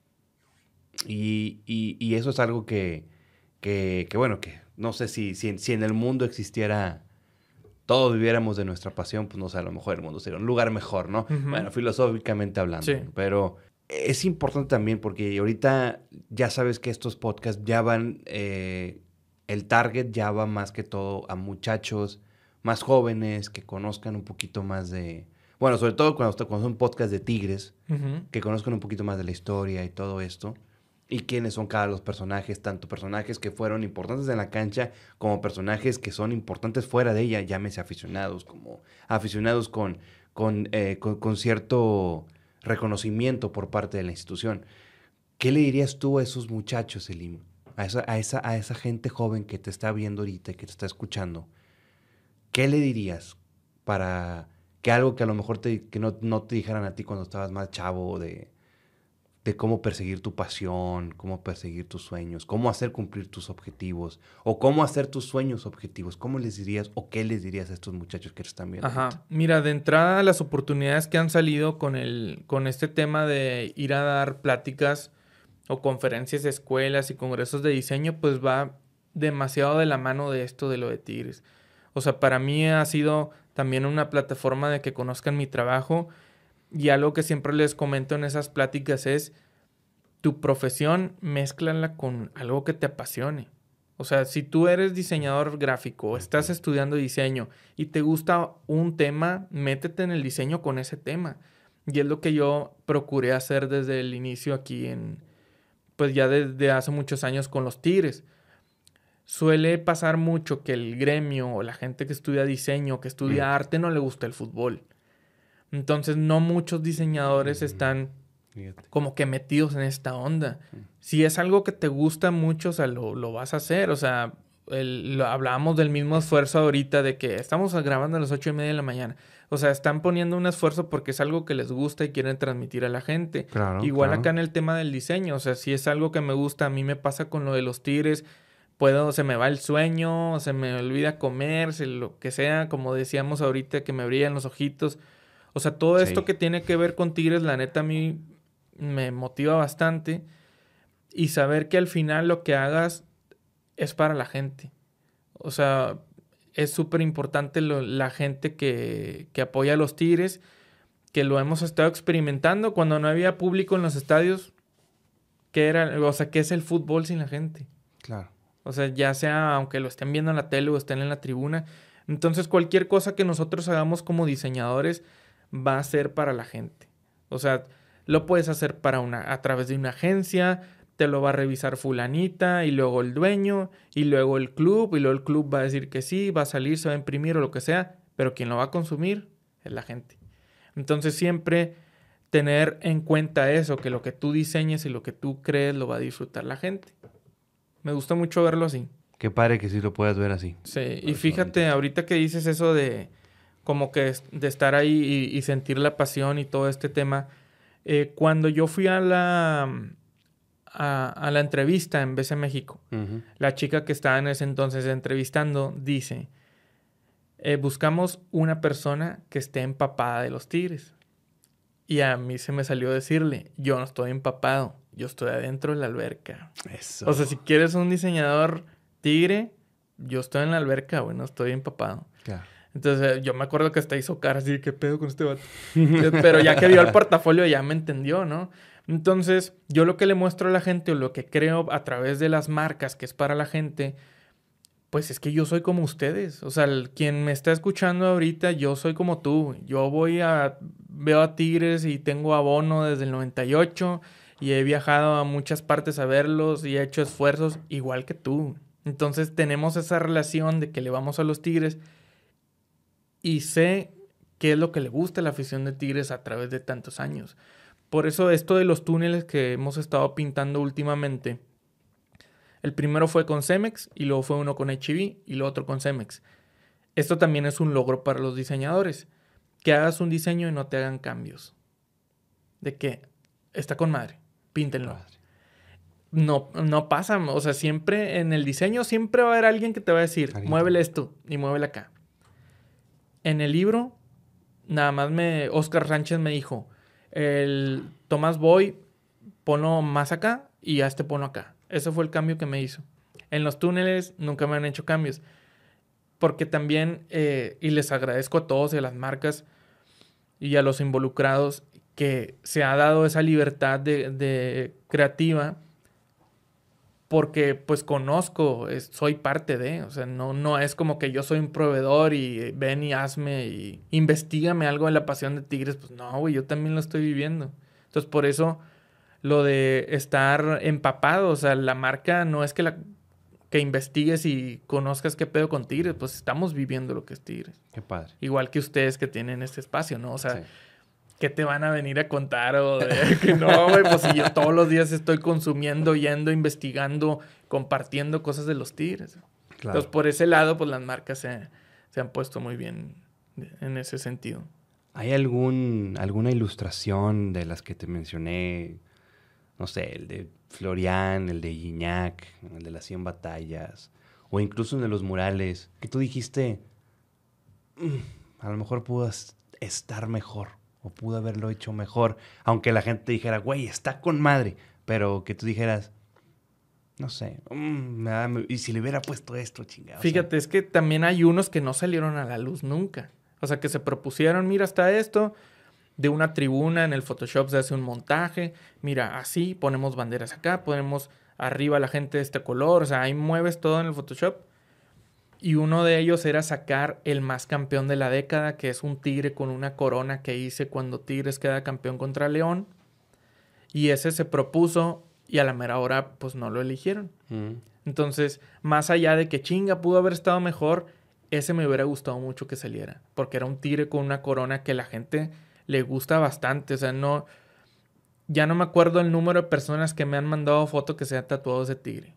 S1: Y, y, y eso es algo que, que, que bueno, que... No sé si, si, si en el mundo existiera, todos viviéramos de nuestra pasión, pues no sé, a lo mejor el mundo sería un lugar mejor, ¿no? Uh-huh. Bueno, filosóficamente hablando. Sí. Pero es importante también porque ahorita ya sabes que estos podcasts ya van, eh, el target ya va más que todo a muchachos más jóvenes que conozcan un poquito más de... Bueno, sobre todo cuando, cuando son podcasts de tigres, uh-huh. que conozcan un poquito más de la historia y todo esto. Y quiénes son cada los personajes, tanto personajes que fueron importantes en la cancha como personajes que son importantes fuera de ella, llámese aficionados, como aficionados con, con, eh, con, con cierto reconocimiento por parte de la institución. ¿Qué le dirías tú a esos muchachos, Elim? A esa, a esa, a esa gente joven que te está viendo ahorita y que te está escuchando. ¿Qué le dirías para que algo que a lo mejor te, que no, no te dijeran a ti cuando estabas más chavo de... de cómo perseguir tu pasión, cómo perseguir tus sueños, cómo hacer cumplir tus objetivos, o cómo hacer tus sueños objetivos? ¿Cómo les dirías o qué les dirías a estos muchachos que te están viendo?
S2: Ajá.
S1: Ahorita?
S2: Mira, de entrada, las oportunidades que han salido con, el, con este tema de ir a dar pláticas o conferencias de escuelas y congresos de diseño, pues va demasiado de la mano de esto de lo de Tigres. O sea, para mí ha sido también una plataforma de que conozcan mi trabajo. Y algo que siempre les comento en esas pláticas es tu profesión, mézclala con algo que te apasione. O sea, si tú eres diseñador gráfico o estás estudiando diseño y te gusta un tema, métete en el diseño con ese tema. Y es lo que yo procuré hacer desde el inicio aquí en, pues ya desde hace muchos años con los Tigres. Suele pasar mucho que el gremio o la gente que estudia diseño, que estudia mm. arte, no le gusta el fútbol. Entonces, no muchos diseñadores están como que metidos en esta onda. Si es algo que te gusta mucho, o sea, lo, lo vas a hacer. O sea, el, lo, hablábamos del mismo esfuerzo ahorita de que estamos grabando a las ocho y media de la mañana. O sea, están poniendo un esfuerzo porque es algo que les gusta y quieren transmitir a la gente.
S1: Claro,
S2: Igual
S1: claro.
S2: acá en el tema del diseño. O sea, si es algo que me gusta, a mí me pasa con lo de los Tigres. Puedo, se me va el sueño, se me olvida comer, se, lo que sea. Como decíamos ahorita, que me brillan los ojitos. O sea, todo esto sí. que tiene que ver con Tigres, la neta a mí me motiva bastante. Y saber que al final lo que hagas es para la gente. O sea, es súper importante lo, la gente que, que apoya a los Tigres, que lo hemos estado experimentando. Cuando no había público en los estadios, ¿qué era? O sea, ¿qué es el fútbol sin la gente?
S1: Claro.
S2: O sea, ya sea aunque lo estén viendo en la tele o estén en la tribuna. Entonces, cualquier cosa que nosotros hagamos como diseñadores va a ser para la gente. O sea, lo puedes hacer para una, a través de una agencia, te lo va a revisar fulanita y luego el dueño y luego el club y luego el club va a decir que sí, va a salir, se va a imprimir o lo que sea, pero quien lo va a consumir es la gente. Entonces siempre tener en cuenta eso, que lo que tú diseñes y lo que tú crees lo va a disfrutar la gente. Me gusta mucho verlo así.
S1: Qué padre que sí lo puedas ver así.
S2: Sí, y fíjate, ahorita que dices eso de como que de estar ahí y, y sentir la pasión y todo este tema, eh, cuando yo fui a la, a, a la entrevista en B C México, uh-huh. la chica que estaba en ese entonces entrevistando dice, eh, buscamos una persona que esté empapada de los Tigres. Y a mí se me salió decirle, yo no estoy empapado, yo estoy adentro de la alberca.
S1: Eso.
S2: O sea, si quieres un diseñador tigre, yo estoy en la alberca, güey, no estoy empapado.
S1: Claro.
S2: Entonces, yo me acuerdo que hasta hizo cara así, ¿qué pedo con este vato? Pero ya que vio el portafolio ya me entendió, ¿no? Entonces, yo lo que le muestro a la gente o lo que creo a través de las marcas que es para la gente, pues es que yo soy como ustedes. O sea, el, quien me está escuchando ahorita, yo soy como tú. Yo voy a... Veo a Tigres y tengo abono desde el noventa y ocho y he viajado a muchas partes a verlos y he hecho esfuerzos igual que tú. Entonces tenemos esa relación de que le vamos a los Tigres y sé qué es lo que le gusta a la afición de Tigres a través de tantos años. Por eso esto de los túneles que hemos estado pintando últimamente, el primero fue con Cemex y luego fue uno con H I V y luego otro con Cemex. Esto también es un logro para los diseñadores. Que hagas un diseño y no te hagan cambios. De que está con madre, píntenlo. No, no pasa, o sea, siempre en el diseño siempre va a haber alguien que te va a decir, muévele esto y muévele acá. En el libro, nada más me, Oscar Sánchez me dijo, el Tomás Boy, ponlo más acá y a este ponlo acá. Ese fue el cambio que me hizo. En los túneles nunca me han hecho cambios. Porque también, eh, y les agradezco a todos y a las marcas y a los involucrados que se ha dado esa libertad de, de creativa porque pues conozco, es, soy parte de, o sea, no, no es como que yo soy un proveedor y ven y hazme y investígame algo de la pasión de Tigres, pues no, güey, yo también lo estoy viviendo. Entonces por eso lo de estar empapado, o sea, la marca no es que la... que investigues y conozcas qué pedo con Tigres, pues estamos viviendo lo que es Tigres.
S1: Qué padre.
S2: Igual que ustedes que tienen este espacio, ¿no? O sea,
S1: sí.
S2: ¿qué te van a venir a contar? O de que no, güey, pues si yo todos los días estoy consumiendo, yendo, investigando, compartiendo cosas de los Tigres. Claro. Entonces, por ese lado, pues las marcas se, se han puesto muy bien en ese sentido.
S1: ¿Hay algún, alguna ilustración de las que te mencioné? No sé, el de Florian, el de Gignac, el de las cien batallas, o incluso el de los murales, que tú dijiste, mmm, a lo mejor pudo estar mejor, o pudo haberlo hecho mejor, aunque la gente dijera, güey, está con madre, pero que tú dijeras, no sé, mmm, me da, me, y si le hubiera puesto esto, chingado.
S2: Fíjate, o sea, es que también hay unos que no salieron a la luz nunca. O sea, que se propusieron, mira, hasta esto... de una tribuna en el Photoshop se hace un montaje, mira, así, ponemos banderas acá, ponemos arriba la gente de este color, o sea, ahí mueves todo en el Photoshop. Y uno de ellos era sacar el más campeón de la década, que es un tigre con una corona que hice cuando Tigres queda campeón contra León. Y ese se propuso y a la mera hora, pues no lo eligieron. Mm. Entonces, más allá de que chinga, pudo haber estado mejor, ese me hubiera gustado mucho que saliera. Porque era un tigre con una corona que la gente... le gusta bastante, o sea, no... Ya no me acuerdo el número de personas que me han mandado foto que se han tatuado ese tigre.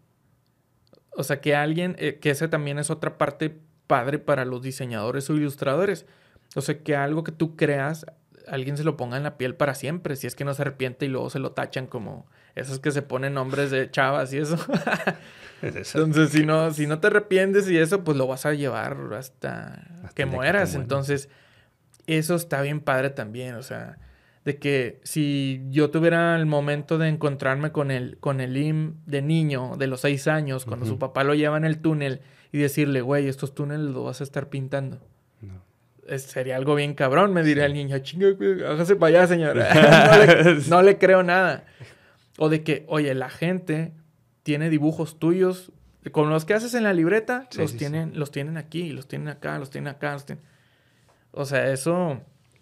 S2: O sea, que alguien... Eh, que ese también es otra parte padre para los diseñadores o ilustradores. O sea, que algo que tú creas, alguien se lo ponga en la piel para siempre. Si es que no se arrepiente y luego se lo tachan como... esos que se ponen nombres de chavas y eso. Entonces, si no, si no te arrepientes y eso, pues lo vas a llevar hasta, hasta que mueras. Que Entonces... eso está bien padre también, o sea, de que si yo tuviera el momento de encontrarme con el, con el Im de niño de los seis años, cuando uh-huh. su papá lo lleva en el túnel y decirle, güey, estos túneles los vas a estar pintando. No. Es, sería algo bien cabrón, me diría sí. el niño, chinga, hágase para allá, señora. no, le, no le creo nada. O de que, oye, la gente tiene dibujos tuyos, con los que haces en la libreta, sí, los, sí, tienen, sí. los tienen aquí, los tienen acá, los tienen acá, los tienen... O sea, eso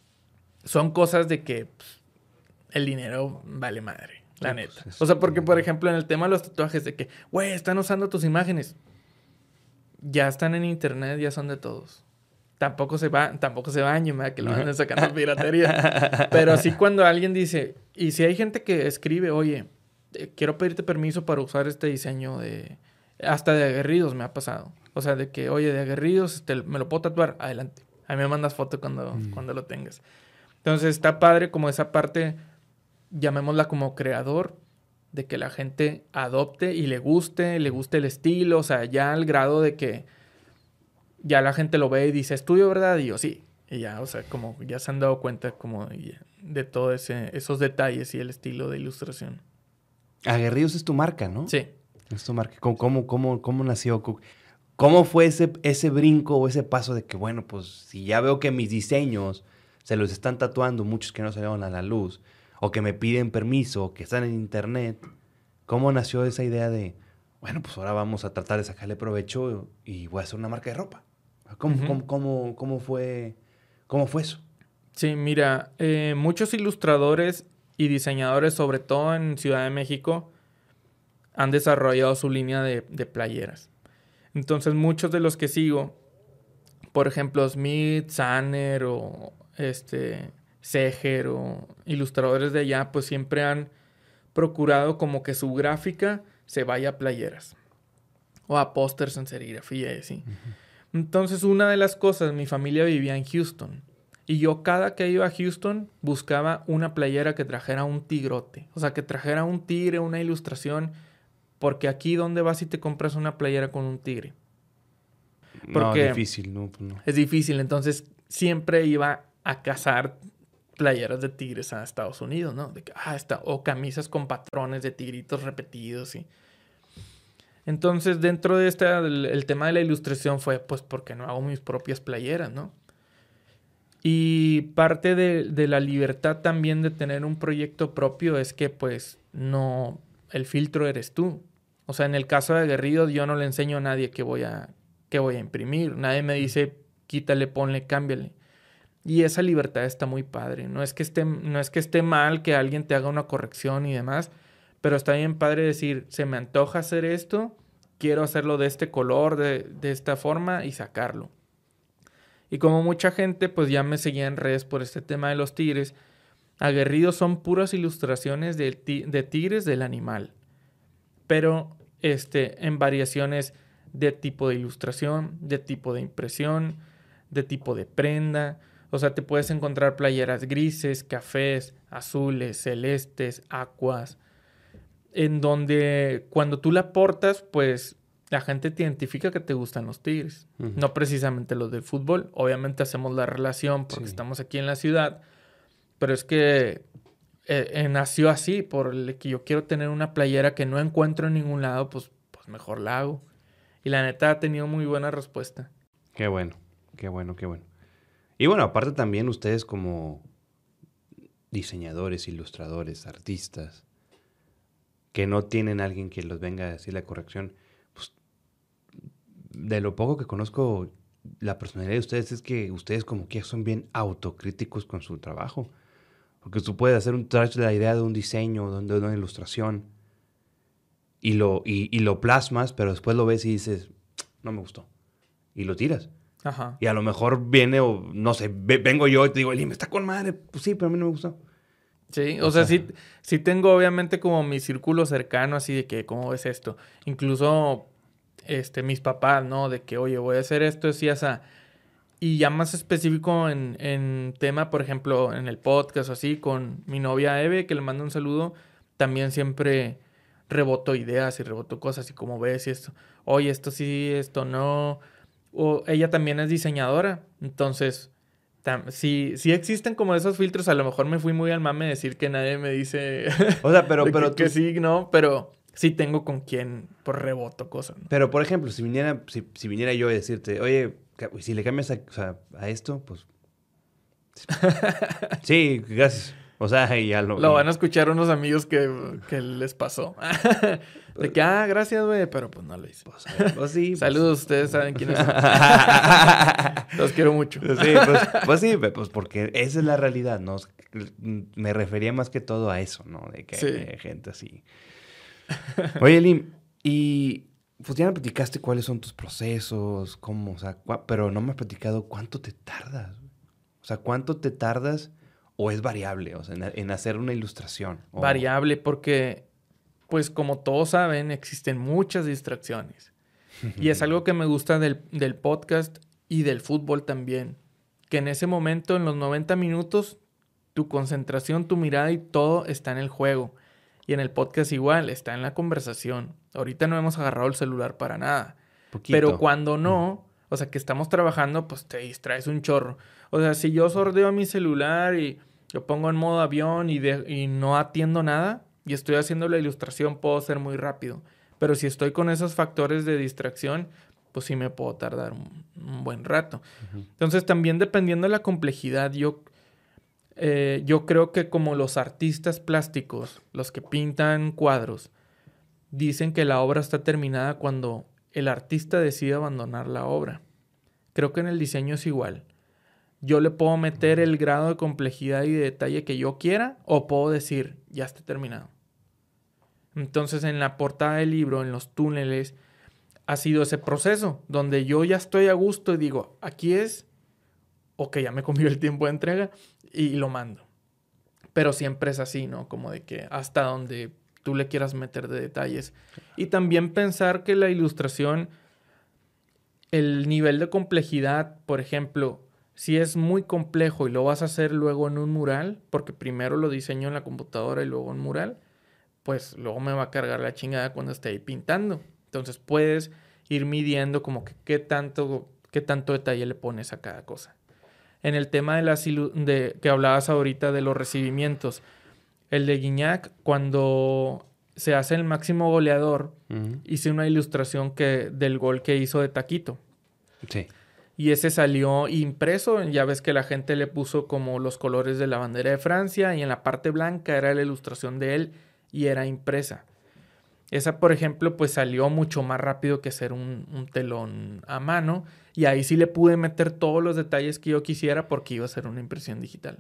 S2: son cosas de que pues, el dinero vale madre, la sí, neta. Pues o sea, porque, por ejemplo, en el tema de los tatuajes, de que, güey, están usando tus imágenes. Ya están en internet, ya son de todos. Tampoco se va, tampoco se bañen, ¿verdad? Que lo anden sacando piratería. Pero sí cuando alguien dice... Y si hay gente que escribe, oye, eh, quiero pedirte permiso para usar este diseño de... Hasta de aguerridos me ha pasado. O sea, de que, oye, de aguerridos, este, ¿me lo puedo tatuar? Adelante. A mí me mandas foto cuando, mm. cuando lo tengas. Entonces está padre como esa parte, llamémosla como creador, de que la gente adopte y le guste, le guste el estilo. O sea, ya al grado de que... Ya la gente lo ve y dice, ¿es tuyo, verdad? Y yo, sí. Y ya, o sea, como ya se han dado cuenta como de todos esos detalles y el estilo de ilustración.
S1: Aguerridos es tu marca, ¿no?
S2: Sí.
S1: Es tu marca. ¿Cómo, cómo, cómo, cómo nació? ¿Cómo fue ese, ese brinco o ese paso de que, bueno, pues si ya veo que mis diseños se los están tatuando muchos que no salieron a la luz, o que me piden permiso, o que están en internet, ¿cómo nació esa idea de, bueno, pues ahora vamos a tratar de sacarle provecho y voy a hacer una marca de ropa? ¿Cómo, uh-huh. cómo, cómo, cómo, fue, cómo fue eso?
S2: Sí, mira, eh, muchos ilustradores y diseñadores, sobre todo en Ciudad de México, han desarrollado su línea de, de playeras. Entonces, muchos de los que sigo, por ejemplo, Smith, Sanner o este, Seger o ilustradores de allá, pues siempre han procurado como que su gráfica se vaya a playeras o a pósters en serigrafía y así. Uh-huh. Entonces, una de las cosas, mi familia vivía en Houston. Y yo cada que iba a Houston buscaba una playera que trajera un tigrote. O sea, que trajera un tigre, una ilustración. Porque aquí, ¿dónde vas y te compras una playera con un tigre?
S1: Porque no, difícil, no, no.
S2: Es difícil. Entonces, siempre iba a cazar playeras de tigres a Estados Unidos, ¿no? De que, ah, está, o camisas con patrones de tigritos repetidos, y... Entonces, dentro de este, el, el tema de la ilustración fue, pues, ¿por qué no hago mis propias playeras, no? Y parte de, de la libertad también de tener un proyecto propio es que, pues, no... El filtro eres tú. O sea, en el caso de Aguerridos, yo no le enseño a nadie qué voy a, qué voy a imprimir. Nadie me dice, quítale, ponle, cámbiale. Y esa libertad está muy padre. No es que esté, no es que esté mal que alguien te haga una corrección y demás, pero está bien padre decir, se me antoja hacer esto, quiero hacerlo de este color, de, de esta forma y sacarlo. Y como mucha gente pues ya me seguía en redes por este tema de los tigres, Aguerridos son puras ilustraciones de, ti- de tigres del animal, pero este, en variaciones de tipo de ilustración, de tipo de impresión, de tipo de prenda. O sea, te puedes encontrar playeras grises, cafés, azules, celestes, acuas, en donde cuando tú la portas, pues la gente te identifica que te gustan los tigres. Uh-huh. No precisamente los del fútbol. Obviamente hacemos la relación porque sí. Estamos aquí en la ciudad. Pero es que eh, eh, nació así, por el que yo quiero tener una playera que no encuentro en ningún lado, pues, pues mejor la hago. Y la neta ha tenido muy buena respuesta.
S1: Qué bueno, qué bueno, qué bueno. Y bueno, aparte también ustedes como diseñadores, ilustradores, artistas, que no tienen alguien que los venga a decir la corrección, pues de lo poco que conozco, la personalidad de ustedes es que ustedes como que son bien autocríticos con su trabajo. Porque tú puedes hacer un trash de la idea de un diseño, de una ilustración, y lo, y, y lo plasmas, pero después lo ves y dices, no me gustó. Y lo tiras.
S2: Ajá.
S1: Y a lo mejor viene, o no sé, vengo yo y te digo, me está con madre. Pues sí, pero a mí no me gustó.
S2: Sí, o, o sea, sea sí, sí tengo obviamente como mi círculo cercano, así de que, ¿cómo ves esto? Incluso este, mis papás, ¿no? De que, oye, voy a hacer esto, así, o sea... Y ya más específico en, en tema, por ejemplo, en el podcast o así, con mi novia Eve, que le mando un saludo, también siempre reboto ideas y reboto cosas y como ves y esto, oye, esto sí, esto no. O ella también es diseñadora, entonces, tam- sí, sí existen como esos filtros, a lo mejor me fui muy al mame de decir que nadie me dice
S1: o sea, pero,
S2: que,
S1: pero tú...
S2: que sí, no, pero sí tengo con quien por reboto cosas, ¿no?
S1: Pero, por ejemplo, si viniera, si, si viniera yo a decirte, oye, si le cambias a, o sea, a esto, pues... Sí, gracias. O sea, y ya lo...
S2: Lo
S1: y...
S2: van a escuchar unos amigos que, que les pasó. De que, ah, gracias, güey, pero pues no lo hice.
S1: Pues, ver, pues sí. Pues...
S2: Saludos, ustedes saben quiénes son. Los quiero mucho.
S1: Sí, pues, pues sí, pues porque esa es la realidad, ¿no? Me refería más que todo a eso, ¿no? De que sí. Hay gente así. Oye, Lim, y pues ya me platicaste cuáles son tus procesos, cómo, o sea, cua- pero no me has platicado cuánto te tardas. O sea, cuánto te tardas o es variable, o sea, en, en hacer una ilustración. O...
S2: Variable porque, pues como todos saben, existen muchas distracciones. Y es algo que me gusta del, del podcast y del fútbol también. Que en ese momento, en los noventa minutos, tu concentración, tu mirada y todo está en el juego. Y en el podcast igual, está en la conversación. Ahorita no hemos agarrado el celular para nada. Pero
S1: Poquito.
S2: cuando no, o sea, que estamos trabajando, pues te distraes un chorro. O sea, si yo sordeo mi celular y lo pongo en modo avión y, de, y no atiendo nada y estoy haciendo la ilustración, puedo ser muy rápido. Pero si estoy con esos factores de distracción, pues sí me puedo tardar un, un buen rato.
S1: Uh-huh.
S2: Entonces, también dependiendo de la complejidad, yo, eh, yo creo que como los artistas plásticos, los que pintan cuadros, dicen que la obra está terminada cuando el artista decide abandonar la obra. Creo que en el diseño es igual. Yo le puedo meter el grado de complejidad y de detalle que yo quiera o puedo decir, ya está terminado. Entonces, en la portada del libro, en los túneles, ha sido ese proceso donde yo ya estoy a gusto y digo, aquí es, o que ya me comió el tiempo de entrega y lo mando. Pero siempre es así, ¿no? Como de que hasta donde tú le quieras meter de detalles. Y también pensar que la ilustración, el nivel de complejidad, por ejemplo, si es muy complejo y lo vas a hacer luego en un mural, porque primero lo diseño en la computadora y luego en mural, pues luego me va a cargar la chingada cuando esté ahí pintando. Entonces puedes ir midiendo como que qué tanto, qué tanto detalle le pones a cada cosa. En el tema de las ilu- de, que hablabas ahorita de los recibimientos, el de Guiñac, cuando se hace el máximo goleador,
S1: Uh-huh.
S2: hice una ilustración que, del gol que hizo de Taquito.
S1: Sí.
S2: Y ese salió impreso. Ya ves que la gente le puso como los colores de la bandera de Francia y en la parte blanca era la ilustración de él y era impresa. Esa, por ejemplo, pues salió mucho más rápido que hacer un, un telón a mano. Y ahí sí le pude meter todos los detalles que yo quisiera porque iba a ser una impresión digital.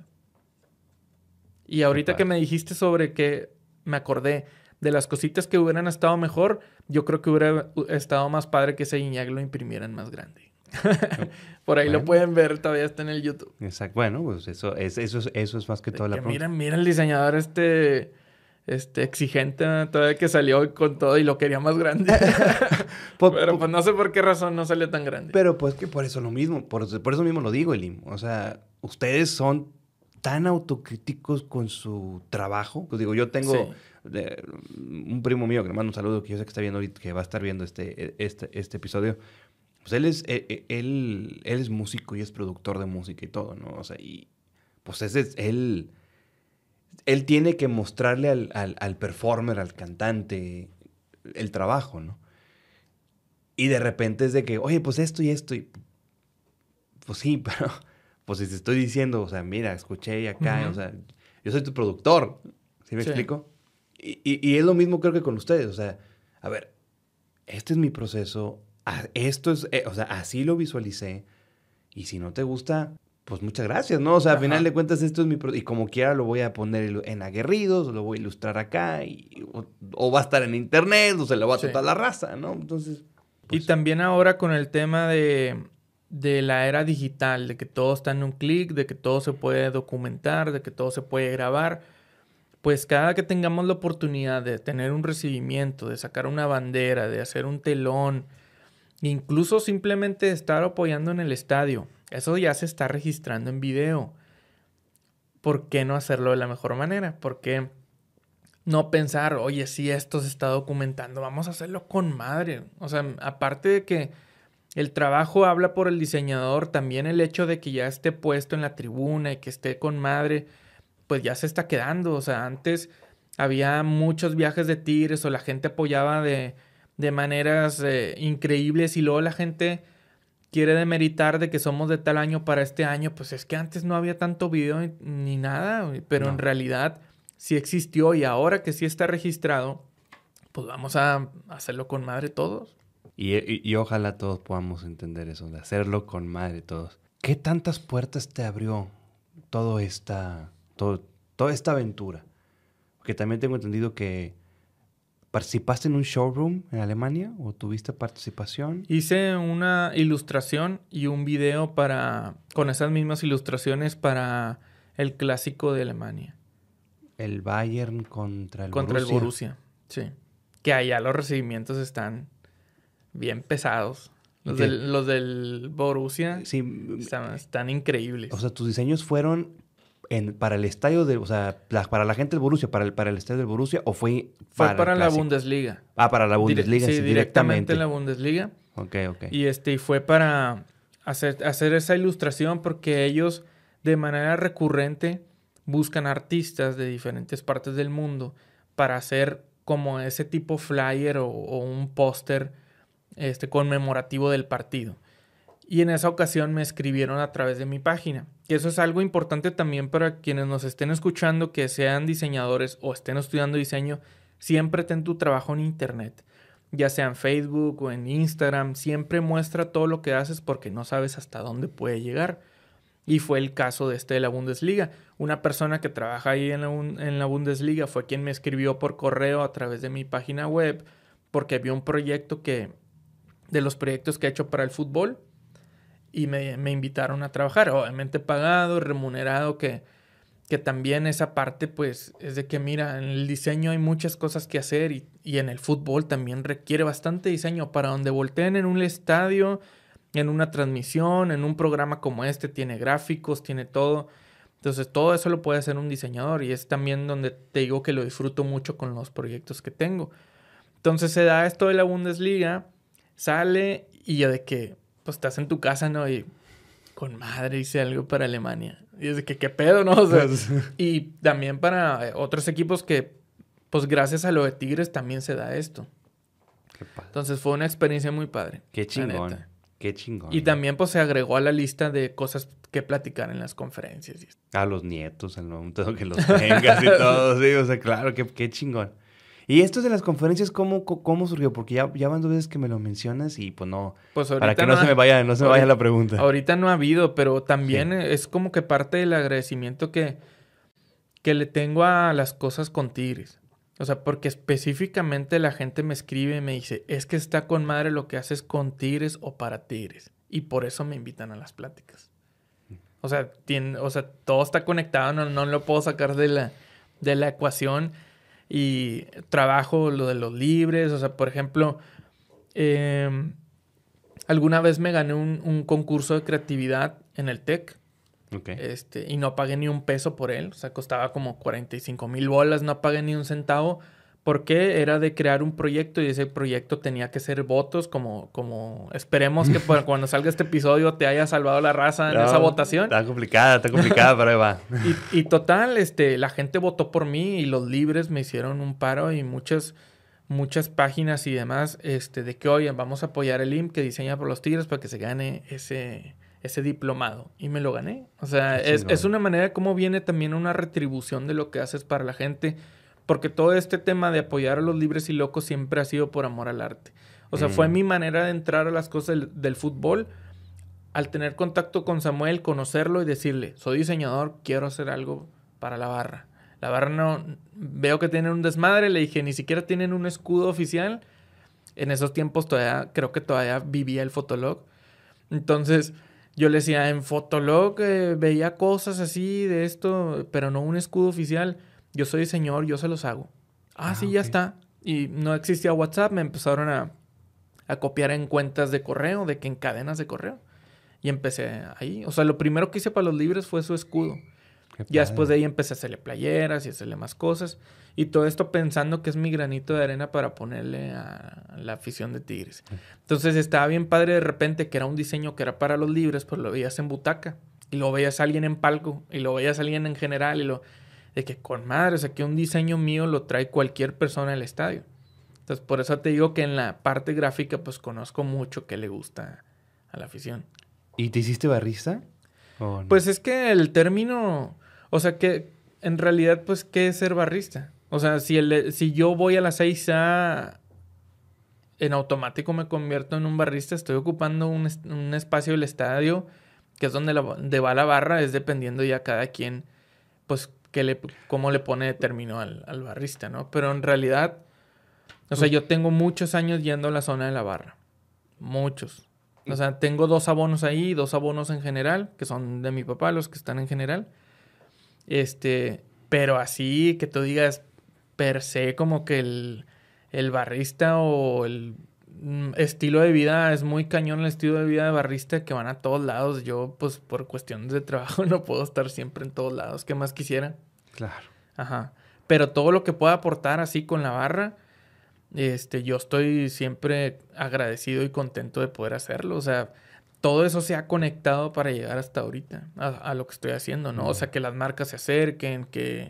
S2: Y ahorita que me dijiste sobre que me acordé de las cositas que hubieran estado mejor, yo creo que hubiera estado más padre que ese Guiñac lo imprimieran más grande. Por ahí
S1: Bueno.
S2: lo pueden ver, todavía está en el YouTube.
S1: Exacto. Bueno, pues eso es, eso es, eso es más que
S2: De
S1: todo la
S2: que
S1: pregunta.
S2: mira, mira el diseñador este, este exigente, todavía que salió con todo y lo quería más grande.
S1: Po-
S2: Pero
S1: po-
S2: pues no sé por qué razón no salió tan grande.
S1: Pero pues que por eso lo mismo, por, por eso mismo lo digo, Elim. O sea, ustedes son tan autocríticos con su trabajo. Pues digo, yo tengo
S2: Sí.
S1: eh, un primo mío que le mando un saludo, que yo sé que está viendo ahorita, que va a estar viendo este, este, este episodio. Pues él es, él, él, él es músico y es productor de música y todo, ¿no? O sea, y pues ese es, él, él tiene que mostrarle al, al, al performer, al cantante, el trabajo, ¿no? Y de repente es de que, oye, pues esto y esto. Y, pues sí, pero pues si te estoy diciendo, o sea, mira, escuché acá,
S2: Ujú.
S1: o sea, yo soy tu productor. ¿Sí me
S2: Sí.
S1: explico? Y, y, y es lo mismo creo que con ustedes. O sea, a ver, este es mi proceso. a- Esto es, eh, o sea, así lo visualicé. Y si no te gusta, pues muchas gracias, ¿no? O sea, al final
S2: Ajá.
S1: de cuentas esto es mi... pro- Y como quiera lo voy a poner ilu- en aguerridos, o lo voy a ilustrar acá, y, o, o va a estar en internet, o se lo va a
S2: Sí.
S1: tratar la raza, ¿no? Entonces...
S2: Y
S1: Pues,
S2: también ahora con el tema de, de la era digital, de que todo está en un clic, de que todo se puede documentar, de que todo se puede grabar, pues cada que tengamos la oportunidad de tener un recibimiento, de sacar una bandera, de hacer un telón, incluso simplemente estar apoyando en el estadio, eso ya se está registrando en video. ¿Por qué no hacerlo de la mejor manera? ¿Por qué no pensar, oye, sí, esto se está documentando, vamos a hacerlo con madre? O sea, aparte de que el trabajo habla por el diseñador, también el hecho de que ya esté puesto en la tribuna y que esté con madre, pues ya se está quedando. O sea, antes había muchos viajes de Tigres o la gente apoyaba de, de maneras eh, increíbles y luego la gente quiere demeritar de que somos de tal año para este año. Pues es que antes no había tanto video ni, ni nada, güey, pero
S1: no.
S2: en realidad sí existió y ahora que sí está registrado, pues vamos a hacerlo con madre todos.
S1: Y, y, y ojalá todos podamos entender eso, de hacerlo con madre todos. ¿Qué tantas puertas te abrió todo esta, todo, toda esta aventura? Porque también tengo entendido que ¿Participaste en un showroom en Alemania o tuviste participación?
S2: Hice una ilustración y un video para con esas mismas ilustraciones para el clásico de Alemania.
S1: El Bayern contra el
S2: contra
S1: Borussia.
S2: el Borussia, sí. Que allá los recibimientos están bien pesados. Los, del, los del Borussia
S1: sí.
S2: están, están increíbles.
S1: O sea, tus diseños fueron en, para el estadio de, o sea, la, para la gente del Borussia, para el, para el estadio del Borussia, o fue
S2: fue
S1: para,
S2: para la Bundesliga.
S1: Ah, para la Bundesliga,
S2: Dire-
S1: sí,
S2: sí,
S1: directamente.
S2: directamente en la Bundesliga.
S1: Ok, ok.
S2: Y este, y fue para hacer, hacer esa ilustración porque ellos de manera recurrente buscan artistas de diferentes partes del mundo para hacer como ese tipo flyer o, o un póster este, conmemorativo del partido. Y en esa ocasión me escribieron a través de mi página. Y eso es algo importante también para quienes nos estén escuchando, que sean diseñadores o estén estudiando diseño. Siempre ten tu trabajo en internet, ya sea en Facebook o en Instagram. Siempre muestra todo lo que haces porque no sabes hasta dónde puede llegar. Y fue el caso de este de la Bundesliga. Una persona que trabaja ahí en la, en la Bundesliga fue quien me escribió por correo a través de mi página web porque vio un proyecto que, de los proyectos que he hecho para el fútbol y me, me invitaron a trabajar. Obviamente pagado, remunerado, que, que también esa parte pues es de que mira, en el diseño hay muchas cosas que hacer y, y en el fútbol también requiere bastante diseño para donde volteen en un estadio, en una transmisión, en un programa como este, tiene gráficos, tiene todo. Entonces, todo eso lo puede hacer un diseñador y es también donde te digo que lo disfruto mucho con los proyectos que tengo. Entonces, se da esto de la Bundesliga, sale y yo de que, pues, estás en tu casa, ¿no? Y con madre hice algo para Alemania. Y es de que, ¿qué pedo, no? O sea, y también para otros equipos que, pues, gracias a lo de Tigres también se da esto.
S1: Qué padre.
S2: Entonces, fue una experiencia muy padre.
S1: Qué chingón. Qué chingón.
S2: Y también pues se agregó a la lista de cosas que platicar en las conferencias.
S1: A los nietos, al momento que los tengas y todo, sí, o sea, claro, qué, qué chingón. Y esto de las conferencias, ¿cómo, cómo surgió? Porque ya, ya van dos veces que me lo mencionas y pues no,
S2: pues
S1: para que no, no se me vaya, no se me vaya la pregunta.
S2: Ahorita no ha habido, pero también
S1: sí.
S2: es como que parte del agradecimiento que, que le tengo a las cosas con Tigres. O sea, porque específicamente la gente me escribe y me dice, es que está con madre lo que haces con Tigres o para Tigres. Y por eso me invitan a las pláticas. O sea, tiene, o sea todo está conectado, no, no lo puedo sacar de la, de la ecuación. Y trabajo lo de los libres. O sea, por ejemplo, eh, alguna vez me gané un, un concurso de creatividad en el TEC.
S1: Okay.
S2: Este, y no pagué ni un peso por él. O sea, costaba como cuarenta y cinco mil bolas. No pagué ni un centavo. Porque era de crear un proyecto y ese proyecto tenía que ser votos. Como, como esperemos que cuando salga este episodio te haya salvado la raza en no, esa votación.
S1: Está complicada, está complicada, pero ahí va.
S2: Y, y total, este, la gente votó por mí y los libres me hicieron un paro y muchas, muchas páginas y demás este, de que, oye, vamos a apoyar el I M que diseña por los Tigres para que se gane ese... ese diplomado. Y me lo gané. O sea, es, es una manera como viene también una retribución de lo que haces para la gente. Porque todo este tema de apoyar a los libres y locos siempre ha sido por amor al arte. O sea, mm. fue mi manera de entrar a las cosas del, del fútbol. Al tener contacto con Samuel, conocerlo y decirle, soy diseñador, quiero hacer algo para la barra. La barra no... Veo que tienen un desmadre. Le dije, ni siquiera tienen un escudo oficial. En esos tiempos todavía... Creo que todavía vivía el Fotolog. Entonces... Yo le decía, en Fotolog eh, veía cosas así de esto, pero no un escudo oficial. Yo soy diseñador, yo se los hago. Ah, ah sí, okay. Ya está. Y no existía WhatsApp, me empezaron a, a copiar en cuentas de correo, de que en cadenas de correo. Y empecé ahí. O sea, lo primero que hice para los libres fue su escudo. Ya después de ahí empecé a hacerle playeras y hacerle más cosas. Y todo esto pensando que es mi granito de arena para ponerle a la afición de Tigres. Entonces estaba bien padre de repente que era un diseño que era para los libres, pues lo veías en butaca. Y lo veías a alguien en palco. Y lo veías a alguien en general. Y lo... De que con madre, o sea, que un diseño mío lo trae cualquier persona al estadio. Entonces por eso te digo que en la parte gráfica pues conozco mucho que le gusta a la afición.
S1: ¿Y te hiciste barrista? ¿O no?
S2: Pues es que el término... O sea, que en realidad, pues, ¿qué es ser barrista? O sea, si, el, si yo voy a la seis A, en automático me convierto en un barrista. Estoy ocupando un, un espacio del estadio, que es donde, la, donde va la barra. Es dependiendo ya cada quien, pues, qué le, cómo le pone término al, al barrista, ¿no? Pero en realidad, O sea, yo tengo muchos años yendo a la zona de la barra. Muchos. O sea, tengo dos abonos ahí, dos abonos en general, que son de mi papá, los que están en general. Este, pero así que tú digas per se como que el, el barrista o el mm, estilo de vida es muy cañón el estilo de vida de barrista que van a todos lados. Yo, pues, por cuestiones de trabajo no puedo estar siempre en todos lados. ¿Qué más quisiera?
S1: Claro.
S2: Ajá. Pero todo lo que pueda aportar así con la barra, este, yo estoy siempre agradecido y contento de poder hacerlo. O sea, todo eso se ha conectado para llegar hasta ahorita, a, a lo que estoy haciendo, ¿no? Mm. O sea, que las marcas se acerquen, que,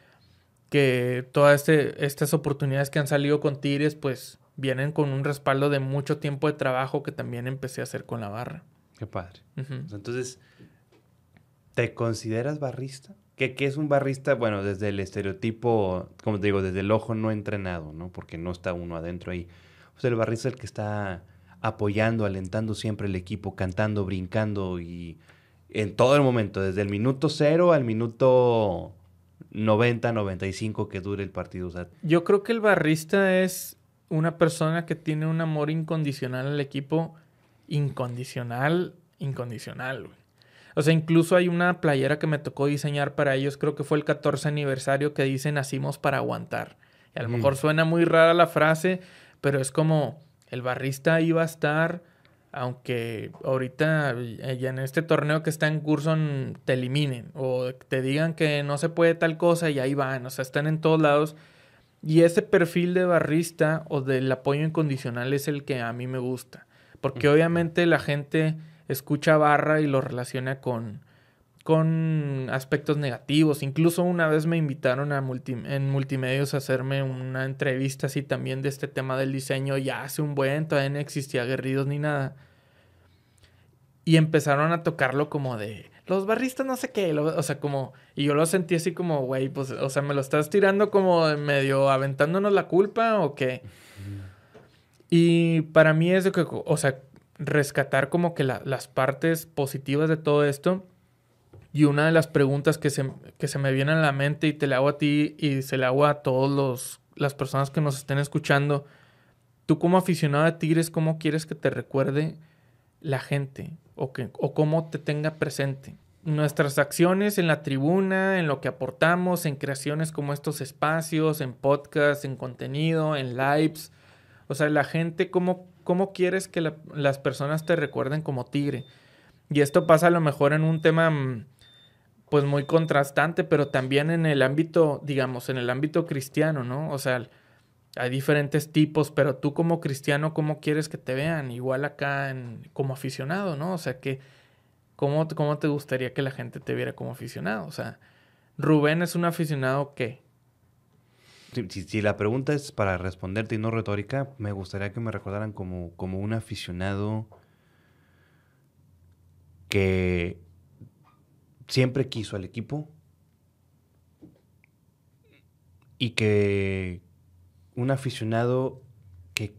S2: que todas este, estas oportunidades que han salido con Tigres, pues, vienen con un respaldo de mucho tiempo de trabajo que también empecé a hacer con la barra.
S1: Qué padre.
S2: Uh-huh.
S1: Entonces, ¿te consideras barrista? ¿Qué, ¿Qué es un barrista? Bueno, desde el estereotipo, como te digo, desde el ojo no entrenado, ¿no? Porque no está uno adentro ahí. O sea, el barrista es el que está apoyando, alentando siempre el equipo, cantando, brincando y en todo el momento, desde el minuto cero al minuto noventa, noventa y cinco que dure el partido. O sea,
S2: yo creo que el barrista es una persona que tiene un amor incondicional al equipo. Incondicional, incondicional, güey. O sea, incluso hay una playera que me tocó diseñar para ellos, creo que fue el catorce aniversario, que dice nacimos para aguantar. Y a lo mm. mejor suena muy rara la frase, pero es como el barrista iba a estar, aunque ahorita ya en este torneo que está en curso te eliminen o te digan que no se puede tal cosa y ahí van, o sea, están en todos lados. Y ese perfil de barrista o del apoyo incondicional es el que a mí me gusta. Porque obviamente la gente escucha barra y lo relaciona con, con aspectos negativos. Incluso una vez me invitaron a multi, en Multimedios a hacerme una entrevista así también de este tema del diseño. Ya hace un buen, todavía no existía Guerridos ni nada. Y empezaron a tocarlo como de los barristas no sé qué. Lo, o sea, como... Y yo lo sentí así como, güey, pues, o sea, ¿me lo estás tirando como medio aventándonos la culpa o qué? Y para mí es de que, o sea, rescatar como que la, las partes positivas de todo esto. Y una de las preguntas que se, que se me viene a la mente y te la hago a ti y se la hago a todos los las personas que nos estén escuchando. Tú como aficionado a Tigres, ¿cómo quieres que te recuerde la gente? O, que, o cómo te tenga presente. Nuestras acciones en la tribuna, en lo que aportamos, en creaciones como estos espacios, en podcasts, en contenido, en lives. O sea, la gente, ¿cómo, cómo quieres que la, las personas te recuerden como Tigre? Y esto pasa a lo mejor en un tema, pues, muy contrastante, pero también en el ámbito, digamos, en el ámbito cristiano, ¿no? O sea, hay diferentes tipos, pero tú como cristiano, ¿cómo quieres que te vean? Igual acá en, como aficionado, ¿no? O sea, que ¿cómo, ¿cómo te gustaría que la gente te viera como aficionado? O sea, Rubén es un aficionado, ¿qué?
S1: Si, si, si la pregunta es para responderte y no retórica, me gustaría que me recordaran como, como un aficionado que siempre quiso al equipo y que un aficionado que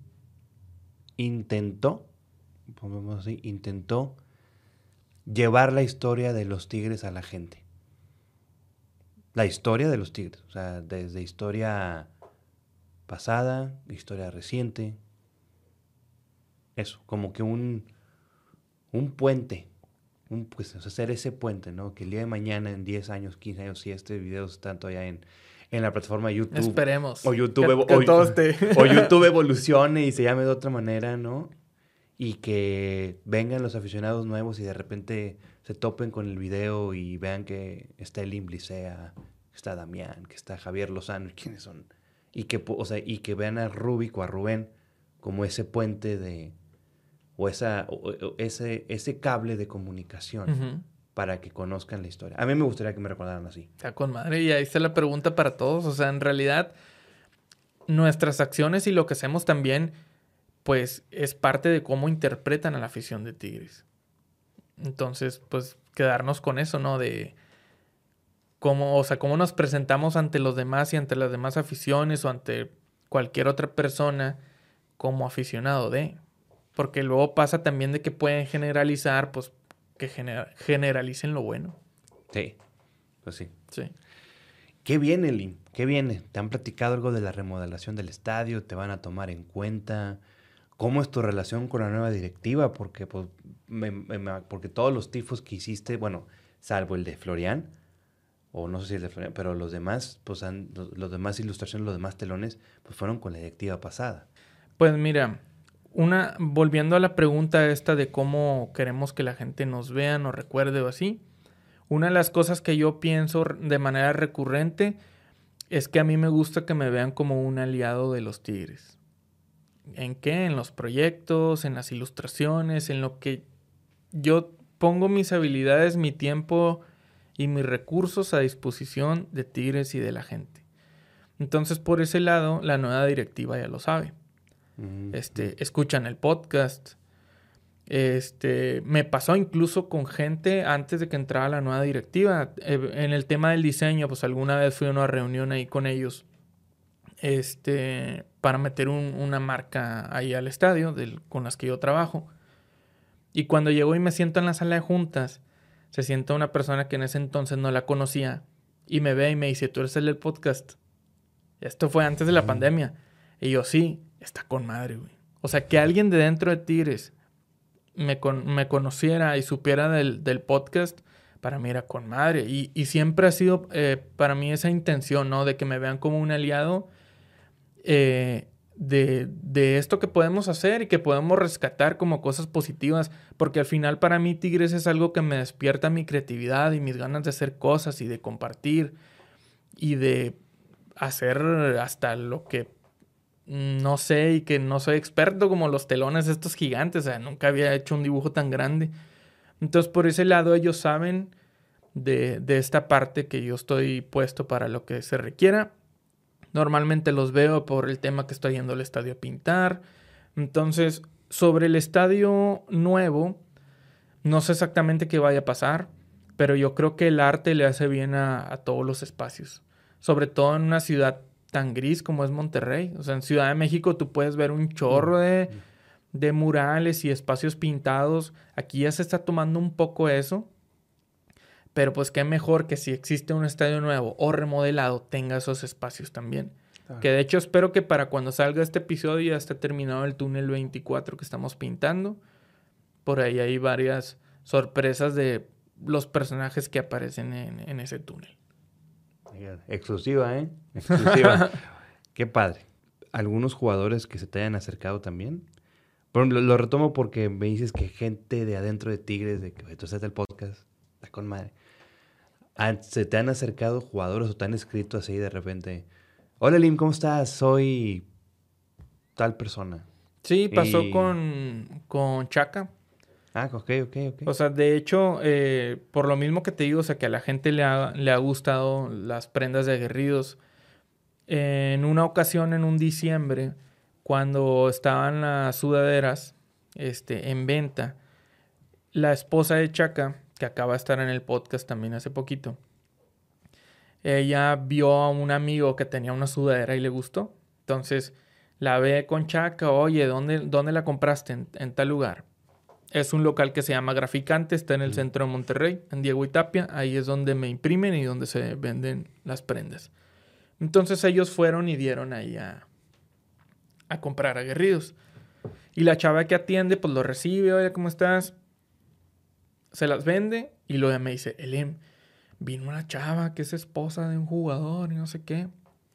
S1: intentó, pongamos así, intentó llevar la historia de los Tigres a la gente. La historia de los Tigres, o sea, desde historia pasada, historia reciente. Eso, como que un, un puente, un, pues, o sea, hacer ese puente, ¿no? Que el día de mañana, en diez años, quince años, si este video está todavía en, en la plataforma de YouTube.
S2: Esperemos.
S1: O YouTube,
S2: que,
S1: evo-
S2: que
S1: o,
S2: todo esté.
S1: o YouTube evolucione y se llame de otra manera, ¿no? Y que vengan los aficionados nuevos y de repente se topen con el video y vean que está el Imblicea, que está Damián, que está Javier Lozano, ¿quiénes son? Y que, o sea, y que vean a Rubik o a Rubén como ese puente de, o, esa, o, o ese, ese cable de comunicación uh-huh. para que conozcan la historia. A mí me gustaría que me recordaran así.
S2: Está con madre. Y ahí está la pregunta para todos. O sea, en realidad, nuestras acciones y lo que hacemos también, pues, es parte de cómo interpretan a la afición de Tigres. Entonces, pues, quedarnos con eso, ¿no? De cómo, o sea, cómo nos presentamos ante los demás y ante las demás aficiones o ante cualquier otra persona como aficionado de. Porque luego pasa también de que pueden generalizar, pues, que gener- generalicen lo bueno.
S1: Sí, pues sí.
S2: Sí.
S1: ¿Qué viene, Lim? ¿Qué viene? ¿Te han platicado algo de la remodelación del estadio? ¿Te van a tomar en cuenta? ¿Cómo es tu relación con la nueva directiva? Porque, pues, me, me, me, porque todos los tifos que hiciste, bueno, salvo el de Florian, o no sé si el de Florian, pero los demás, pues han, los, los demás ilustraciones, los demás telones, pues fueron con la directiva pasada.
S2: Pues mira, una, volviendo a la pregunta esta de cómo queremos que la gente nos vea, nos recuerde o así, una de las cosas que yo pienso de manera recurrente es que a mí me gusta que me vean como un aliado de los Tigres. ¿En qué? En los proyectos, en las ilustraciones, en lo que yo pongo mis habilidades, mi tiempo y mis recursos a disposición de Tigres y de la gente. Entonces, por ese lado, la nueva directiva ya lo sabe. Mm-hmm. Este, escuchan el podcast. Este, me pasó incluso con gente antes de que entrara la nueva directiva. Eh, en el tema del diseño, pues alguna vez fui a una reunión ahí con ellos. Este, para meter un, una marca ahí al estadio del, con las que yo trabajo. Y cuando llego y me siento en la sala de juntas, se sienta una persona que en ese entonces no la conocía y me ve y me dice, ¿tú eres el del podcast? Esto fue antes de la pandemia. Y yo, sí, está con madre, güey. O sea, que alguien de dentro de Tigres me, con, me conociera y supiera del, del podcast, para mí era con madre. Y, y siempre ha sido eh, para mí esa intención, ¿no? De que me vean como un aliado eh, de, de esto que podemos hacer y que podemos rescatar como cosas positivas. Porque al final para mí Tigres es algo que me despierta mi creatividad y mis ganas de hacer cosas y de compartir y de hacer hasta lo que no sé y que no soy experto, como los telones estos gigantes. O sea, nunca había hecho un dibujo tan grande. Entonces, por ese lado, ellos saben de, de esta parte que yo estoy puesto para lo que se requiera. Normalmente los veo por el tema que estoy yendo al estadio a pintar. Entonces, sobre el estadio nuevo, no sé exactamente qué vaya a pasar, pero yo creo que el arte le hace bien a, a todos los espacios. Sobre todo en una ciudad tan gris como es Monterrey. O sea, en Ciudad de México tú puedes ver un chorro de, de murales y espacios pintados. Aquí ya se está tomando un poco eso. Pero pues qué mejor que si existe un estadio nuevo o remodelado tenga esos espacios también. Ah. Que de hecho espero que para cuando salga este episodio ya esté terminado el túnel veinticuatro que estamos pintando. Por ahí hay varias sorpresas de los personajes que aparecen en, en ese túnel.
S1: Exclusiva, ¿eh? Exclusiva. Qué padre. ¿Algunos jugadores que se te hayan acercado también? Por ejemplo, lo retomo porque me dices que gente de adentro de Tigres, de que tú estás del podcast, está con madre. ¿Se te han acercado jugadores o te han escrito así de repente? Hola, Lim, ¿cómo estás? Soy tal persona.
S2: Sí, pasó y... con, con Chaca.
S1: Ah, ok, ok, ok.
S2: O sea, de hecho, eh, por lo mismo que te digo, o sea, que a la gente le ha, le ha gustado las prendas de aguerridos. Eh, en una ocasión, en un diciembre, cuando estaban las sudaderas este, en venta, la esposa de Chaca, que acaba de estar en el podcast también hace poquito, ella vio a un amigo que tenía una sudadera y le gustó. Entonces, la ve con Chaca, oye, ¿dónde, dónde la compraste? En, en tal lugar. Es un local que se llama Graficante, está en el centro de Monterrey, en Diego y Tapia. Ahí es donde me imprimen y donde se venden las prendas. Entonces ellos fueron y dieron ahí a, a comprar aguerridos. Y la chava que atiende, pues lo recibe, oye, ¿cómo estás? Se las vende y luego me dice, Elem, vino una chava que es esposa de un jugador y no sé qué.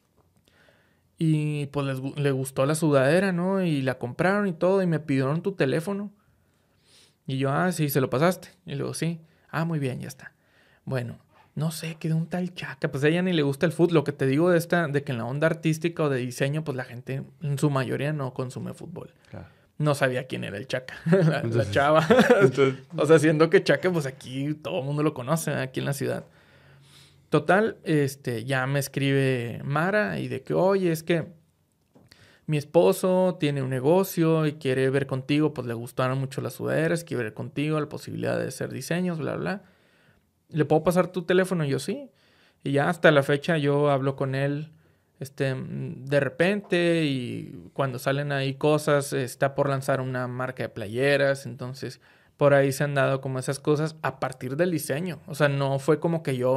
S2: Y pues les, le gustó la sudadera, ¿no? Y la compraron y todo y me pidieron tu teléfono. Y yo, ah, sí, ¿se lo pasaste? Y luego, sí. Ah, muy bien, ya está. Bueno, no sé, quedó un tal Chaca. Pues a ella ni le gusta el fútbol. Lo que te digo de esta, de que en la onda artística o de diseño, pues la gente en su mayoría no consume fútbol. Claro. No sabía quién era el Chaca, la, entonces, la chava. Entonces... o sea, siendo que Chaca, pues aquí todo el mundo lo conoce, ¿eh? Aquí en la ciudad. Total, este, ya me escribe Mara y de que, oye, es que mi esposo tiene un negocio y quiere ver contigo, pues le gustaron mucho las sudaderas, quiere ver contigo la posibilidad de hacer diseños, bla, bla. ¿Le puedo pasar tu teléfono? Y yo, sí. Y ya hasta la fecha yo hablo con él este, de repente y cuando salen ahí cosas, está por lanzar una marca de playeras, entonces por ahí se han dado como esas cosas a partir del diseño. O sea, no fue como que yo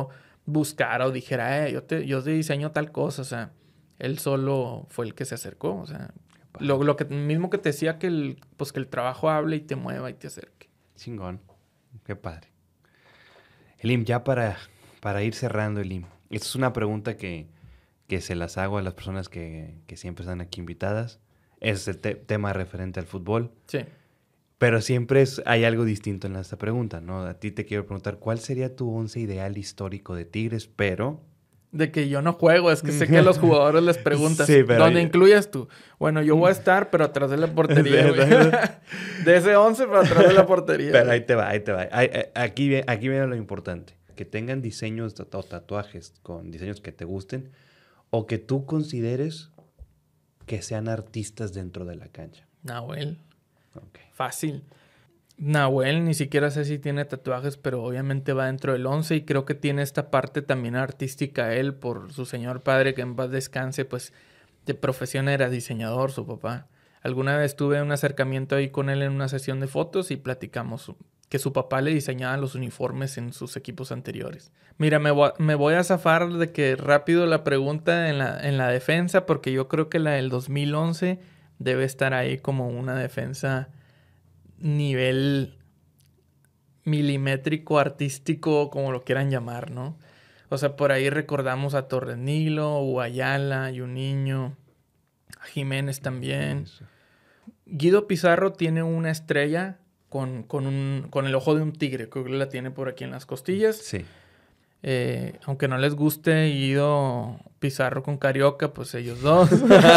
S2: buscara o dijera, eh, yo te, yo te diseño tal cosa. O sea, él solo fue el que se acercó. O sea, lo, lo que mismo que te decía que el, pues que el trabajo hable y te mueva y te acerque.
S1: Chingón. Qué padre. Elim, ya para, para ir cerrando, Elim. Esta es una pregunta que, que se las hago a las personas que, que siempre están aquí invitadas. Es el te- tema referente al fútbol.
S2: Sí.
S1: Pero siempre es, hay algo distinto en esta pregunta, ¿no? A ti te quiero preguntar, ¿cuál sería tu once ideal histórico de Tigres? Pero...
S2: De que yo no juego, es que sé que a los jugadores les preguntas,
S1: Sí, pero
S2: ¿dónde
S1: hay-
S2: incluyes tú? Bueno, yo voy a estar, pero atrás de la portería, güey. De ese once, pero atrás de la portería.
S1: Pero
S2: güey.
S1: ahí te va, ahí te va. Ay, ay, Aquí, vie- aquí viene lo importante. Que tengan diseños o tatuajes con diseños que te gusten o que tú consideres que sean artistas dentro de la cancha.
S2: Nahuel,
S1: Ok.
S2: fácil. Nahuel ni siquiera sé si tiene tatuajes, pero obviamente va dentro del once y creo que tiene esta parte también artística él por su señor padre que en paz descanse, pues de profesión era diseñador su papá. Alguna vez tuve un acercamiento ahí con él en una sesión de fotos y platicamos que su papá le diseñaba los uniformes en sus equipos anteriores. Mira, me voy, me voy a zafar de que rápido la pregunta en la, en la defensa porque yo creo que la del dos mil once debe estar ahí como una defensa nivel milimétrico, artístico, como lo quieran llamar, ¿no? O sea, por ahí recordamos a Torres Nilo, Guayala, Juninho, a Jiménez también.
S1: Eso.
S2: Guido Pizarro tiene una estrella con, con, un, con el ojo de un tigre, creo que la tiene por aquí en las costillas.
S1: Sí.
S2: Eh, aunque no les guste Guido Pizarro con Carioca, pues ellos dos.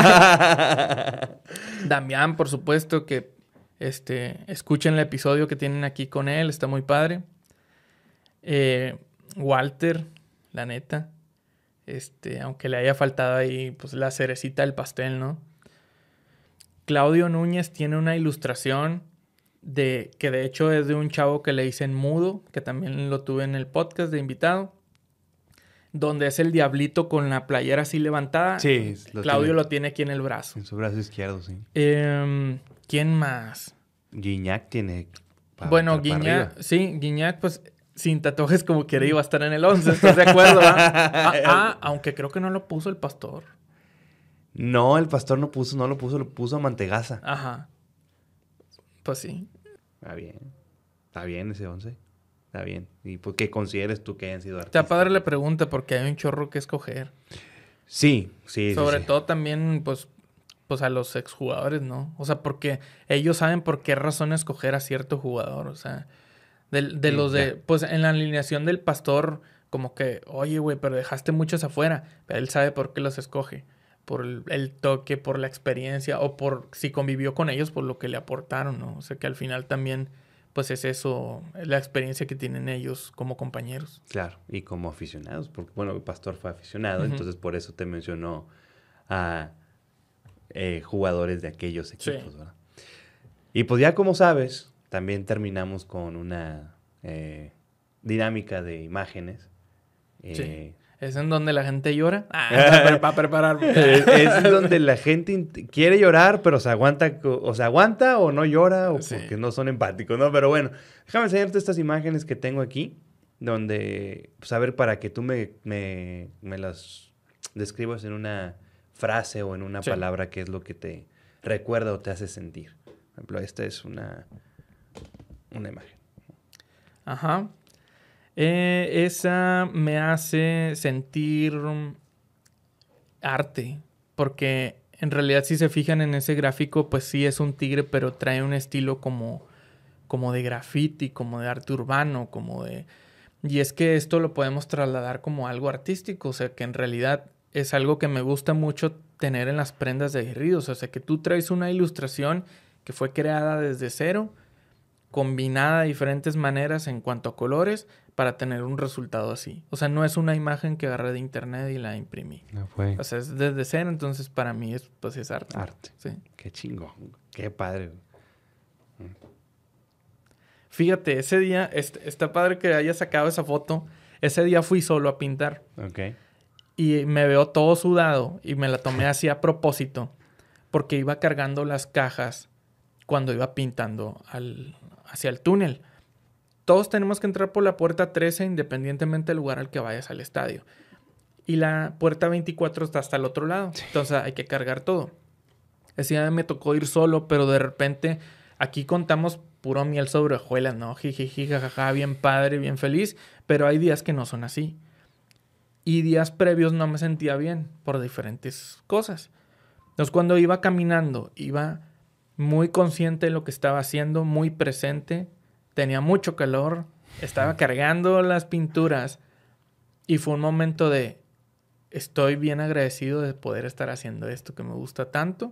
S2: Damián, por supuesto, que este, escuchen el episodio que tienen aquí con él, está muy padre. Eh, Walter, la neta. Este, aunque le haya faltado ahí pues la cerecita del pastel, ¿no? Claudio Núñez tiene una ilustración de que de hecho es de un chavo que le dicen Mudo, que también lo tuve en el podcast de invitado, donde es el diablito con la playera así levantada.
S1: Sí, lo
S2: Claudio
S1: tiene.
S2: lo tiene aquí en el brazo.
S1: En su brazo izquierdo, sí.
S2: Eh, ¿Quién más?
S1: Guiñac tiene... pa-
S2: Bueno,
S1: pa- para
S2: Guiñac,
S1: arriba.
S2: sí, Guiñac, pues sin tatuajes como quiera iba a estar en el once, ¿estás de acuerdo? ah? Ah, ah, aunque creo que no lo puso el pastor.
S1: No, el pastor no puso, no lo puso, lo puso a Mantegaza.
S2: Ajá. Pues sí.
S1: Está bien. Está bien ese once. Está bien. ¿Y por qué consideres tú que hayan sido
S2: Está
S1: artistas?
S2: padre la pregunta porque hay un chorro que escoger.
S1: Sí, sí, sí,
S2: Sobre
S1: sí.
S2: todo también, pues, pues a los exjugadores, ¿no? O sea, porque ellos saben por qué razón escoger a cierto jugador. O sea, de, de
S1: Mm,
S2: los de...
S1: ya.
S2: Pues en la alineación del pastor, como que, oye, güey, pero dejaste muchos afuera. Pero él sabe por qué los escoge. Por el, el toque, por la experiencia o por si convivió con ellos, por lo que le aportaron, ¿no? O sea, que al final también, pues es eso, la experiencia que tienen ellos como compañeros.
S1: Claro, y como aficionados, porque bueno, el pastor fue aficionado,
S2: Ujú.
S1: entonces por eso te mencionó a eh, jugadores de aquellos
S2: Sí.
S1: equipos, ¿verdad? Y pues ya como sabes, también terminamos con una eh, dinámica de imágenes. Eh,
S2: Sí. ¿Es en donde la gente llora? Ah, para prepararme.
S1: es, es donde la gente int- quiere llorar, pero se aguanta, co- o se aguanta o no llora, o
S2: Sí.
S1: porque no son empáticos, ¿no? Pero bueno, déjame enseñarte estas imágenes que tengo aquí, donde, pues a ver, para que tú me, me, me las describas en una frase o en una
S2: Sí.
S1: palabra que es lo que te recuerda o te hace sentir. Por ejemplo, esta es una, una imagen.
S2: Ajá. Eh, esa me hace sentir mm, arte, porque en realidad si se fijan en ese gráfico, pues sí es un tigre, pero trae un estilo como, como de graffiti, como de arte urbano, como de... Y es que esto lo podemos trasladar como algo artístico, o sea que en realidad es algo que me gusta mucho tener en las prendas de guerridos, o sea que tú traes una ilustración que fue creada desde cero, combinada de diferentes maneras en cuanto a colores para tener un resultado así. O sea, no es una imagen que agarré de internet y la imprimí.
S1: No fue
S2: O sea, es desde cero, entonces para mí es, pues, es arte.
S1: arte.
S2: Sí.
S1: Qué chingón, qué padre.
S2: Fíjate, ese día, este, está padre que haya sacado esa foto. Ese día fui solo a pintar
S1: Ok.
S2: y me veo todo sudado y me la tomé así a propósito porque iba cargando las cajas cuando iba pintando al, hacia el túnel. todos tenemos que entrar por la puerta trece independientemente del lugar al que vayas al estadio. Y la puerta veinticuatro está hasta el otro lado. Sí. Entonces hay que cargar todo. Ese día me tocó ir solo, pero de repente aquí contamos puro miel sobre hojuelas, ¿no? Jijiji, jajaja, bien padre, bien feliz. Pero hay días que no son así. Y días previos no me sentía bien por diferentes cosas. Entonces cuando iba caminando, iba muy consciente de lo que estaba haciendo, muy presente. Tenía mucho calor. Estaba cargando las pinturas. Y fue un momento de... Estoy bien agradecido de poder estar haciendo esto que me gusta tanto.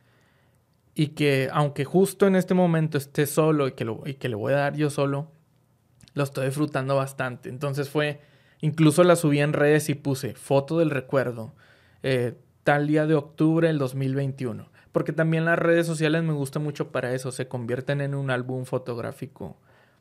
S2: Y que aunque justo en este momento esté solo y que, lo, y que le voy a dar yo solo, lo estoy disfrutando bastante. Entonces fue... Incluso la subí en redes y puse foto del recuerdo. Eh, tal día de octubre del dos mil veintiuno. Porque también las redes sociales me gustan mucho para eso. Se convierten en un álbum fotográfico.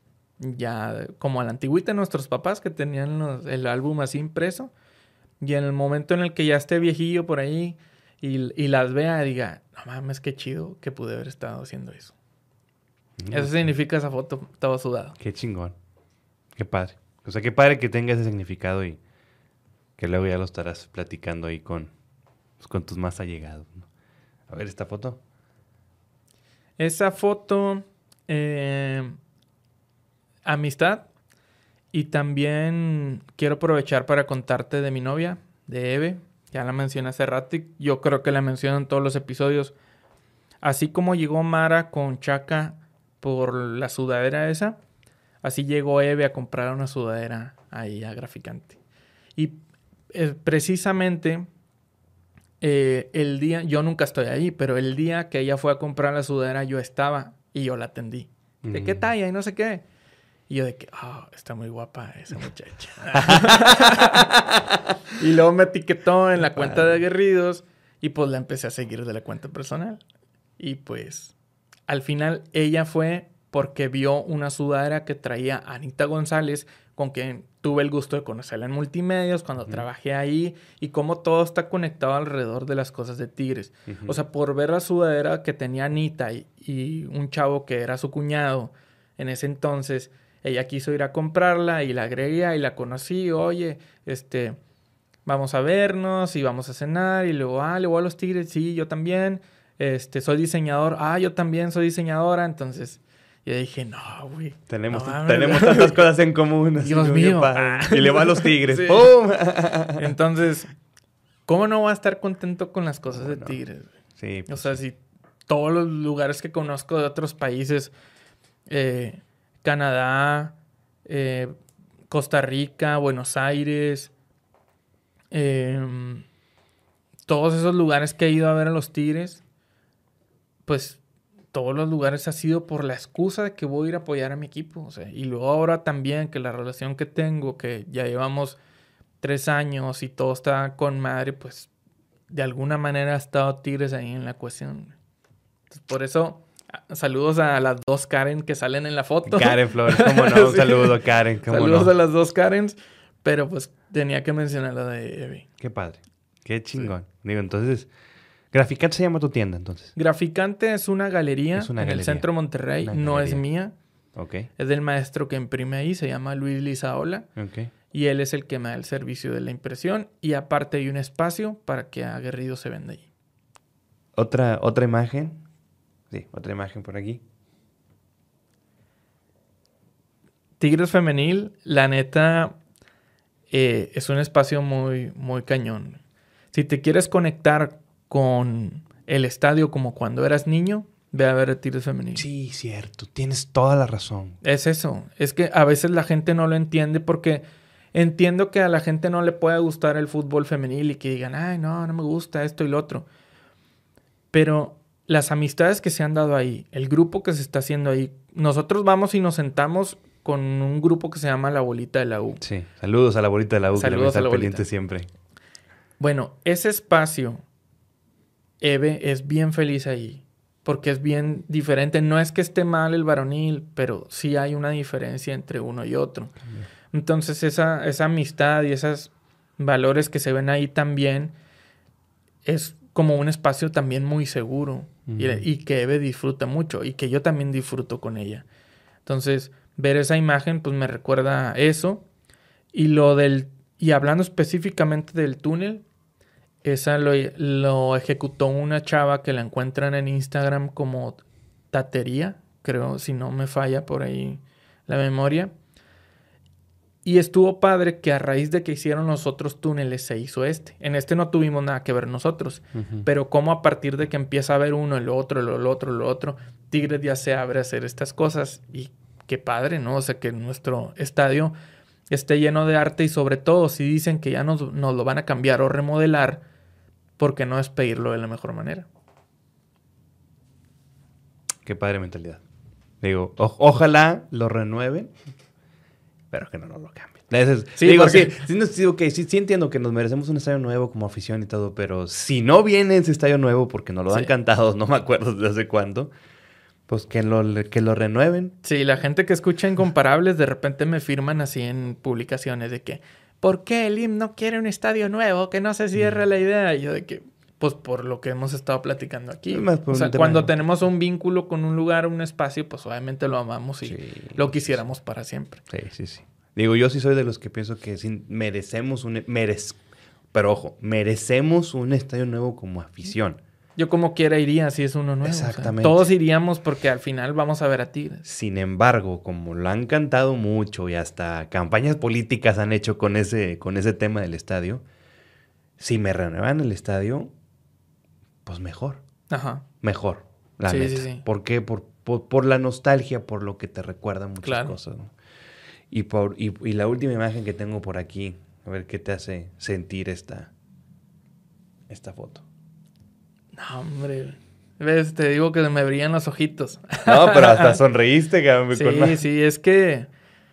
S2: Ya como a la antigüita de nuestros papás que tenían los, el álbum así impreso. Y en el momento en el que ya esté viejillo por ahí y, y las vea, diga, no mames, qué chido que pude haber estado haciendo eso. Mm. Eso significa esa foto, estaba sudado.
S1: Qué chingón. Qué padre. O sea, qué padre que tenga ese significado y que luego ya lo estarás platicando ahí con, pues, con tus más allegados, ¿no? A ver, esta foto.
S2: Esa foto, eh, amistad. Y también quiero aprovechar para contarte de mi novia, de Eve. Ya la mencioné hace rato y yo creo que la menciono en todos los episodios. Así como llegó Mara con Chaca por la sudadera esa, así llegó Eve a comprar una sudadera ahí a Graficante. Y eh, precisamente eh, el día, yo nunca estoy ahí, pero el día que ella fue a comprar la sudadera yo estaba y yo la atendí. ¿De mm. qué talla? Y no sé qué. Y yo de que, oh, está muy guapa esa muchacha. Y luego me etiquetó en la cuenta de Aguerridos y pues la empecé a seguir de la cuenta personal. Y pues al final ella fue porque vio una sudadera que traía Anita González, con quien tuve el gusto de conocerla en Multimedios cuando uh-huh. trabajé ahí, y cómo todo está conectado alrededor de las cosas de Tigres. Uh-huh. O sea, por ver la sudadera que tenía Anita y, y un chavo que era su cuñado en ese entonces... Ella quiso ir a comprarla y la agregué y la conocí. Oye, este, vamos a vernos y vamos a cenar. Y luego, ah, le voy a los Tigres. Sí, yo también. Este, soy diseñador. Ah, yo también soy diseñadora. Entonces, yo dije, no, güey.
S1: Tenemos,
S2: no,
S1: tenemos tantas cosas en común.
S2: Dios mío.
S1: Ah. Y le va a los Tigres.
S2: Sí.
S1: ¡Pum!
S2: Entonces, ¿cómo no voy a estar contento con las cosas de
S1: no.
S2: Tigres?
S1: Sí.
S2: Pues, o sea, si todos los lugares que conozco de otros países... Eh, Canadá, eh, Costa Rica, Buenos Aires, eh, todos esos lugares que he ido a ver a los Tigres, pues todos los lugares ha sido por la excusa de que voy a ir a apoyar a mi equipo. O sea, y luego ahora también que la relación que tengo, que ya llevamos tres años y todo está con madre, pues de alguna manera ha estado Tigres ahí en la ecuación. Entonces, por eso... Saludos a las dos Karen que salen en la foto.
S1: Karen Flores, cómo no. Un sí. saludo a Karen, cómo
S2: Saludos
S1: no.
S2: a las dos Karens. Pero pues tenía que mencionar la de Evi.
S1: Qué padre. Qué chingón. Sí. Digo, entonces... Graficante se llama tu tienda, entonces.
S2: Graficante es una galería
S1: es una
S2: en
S1: galería.
S2: el centro de Monterrey.
S1: Una
S2: no
S1: galería.
S2: es mía.
S1: Ok.
S2: Es del maestro que imprime ahí. Se llama Luis Lizaola.
S1: Ok.
S2: Y él es el que me da el servicio de la impresión. Y aparte hay un espacio para que Aguerrido se venda allí.
S1: Otra, otra imagen. Sí, otra imagen por aquí.
S2: Tigres Femenil, la neta, eh, es un espacio muy, muy cañón. Si te quieres conectar con el estadio como cuando eras niño, ve a ver a Tigres Femenil.
S1: Sí, cierto. Tienes toda la razón.
S2: Es eso. Es que a veces la gente no lo entiende porque entiendo que a la gente no le puede gustar el fútbol femenil y que digan, ay, no, no me gusta esto y lo otro. Pero las amistades que se han dado ahí, el grupo que se está haciendo ahí, nosotros vamos y nos sentamos con un grupo que se llama La Bolita de la U.
S1: Sí, saludos a La Bolita de la U,
S2: saludos
S1: que
S2: a la
S1: pendiente
S2: bolita.
S1: Siempre.
S2: Bueno, ese espacio, Eve es bien feliz ahí, porque es bien diferente. No es que esté mal el varonil, pero sí hay una diferencia entre uno y otro. Uh-huh. Entonces, esa, esa amistad y esos valores que se ven ahí también es como un espacio también muy seguro. Uh-huh. y, y que Eve disfruta mucho y que yo también disfruto con ella. Entonces, ver esa imagen pues me recuerda a eso. Y lo del, y hablando específicamente del túnel, esa lo, lo ejecutó una chava que la encuentran en Instagram como Tatería, creo, si no me falla por ahí la memoria. Y estuvo padre que a raíz de que hicieron los otros túneles se hizo este. En este no tuvimos nada que ver nosotros. Uh-huh. Pero como a partir de que empieza a ver uno, el otro, el otro, el otro, Tigres ya se abre a hacer estas cosas. Y qué padre, ¿no? O sea, que nuestro estadio esté lleno de arte y sobre todo si dicen que ya nos, nos lo van a cambiar o remodelar, porque no despedirlo de la mejor manera.
S1: Qué padre mentalidad. Digo, o- ojalá lo renueven, pero que no nos lo cambien. Es, sí, digo, porque... sí, sí, sí, okay, sí, sí entiendo que nos merecemos un estadio nuevo como afición y todo, pero si no viene ese estadio nuevo porque nos lo dan sí. cantados, no me acuerdo desde hace cuándo, pues que lo, que lo renueven.
S2: Sí, la gente que escucha Incomparables de repente me firman así en publicaciones de que ¿por qué el I M no quiere un estadio nuevo? Que no se cierre mm. la idea. Y yo de que, pues por lo que hemos estado platicando aquí. O sea, cuando tenemos un vínculo con un lugar, un espacio, pues obviamente lo amamos y sí, lo quisiéramos sí. para siempre.
S1: Sí, sí, sí. Digo, yo sí soy de los que pienso que sí merecemos un... Merez, pero ojo, merecemos un estadio nuevo como afición.
S2: Yo como quiera iría si es uno nuevo. Exactamente. O sea, todos iríamos porque al final vamos a ver a Tigres.
S1: Sin embargo, como lo han cantado mucho y hasta campañas políticas han hecho con ese, con ese tema del estadio, si me renuevan el estadio, pues mejor.
S2: Ajá.
S1: Mejor, la
S2: sí,
S1: neta.
S2: Sí, sí.
S1: ¿Por qué? Por, por, por la nostalgia, por lo que te recuerda muchas
S2: claro.
S1: cosas, ¿no? Y, por, y, y la última imagen que tengo por aquí, a ver qué te hace sentir esta, esta foto.
S2: No, hombre. ¿Ves? Te digo que me brillan los ojitos.
S1: No, pero hasta sonreíste, cabrón.
S2: Sí, con... sí, es que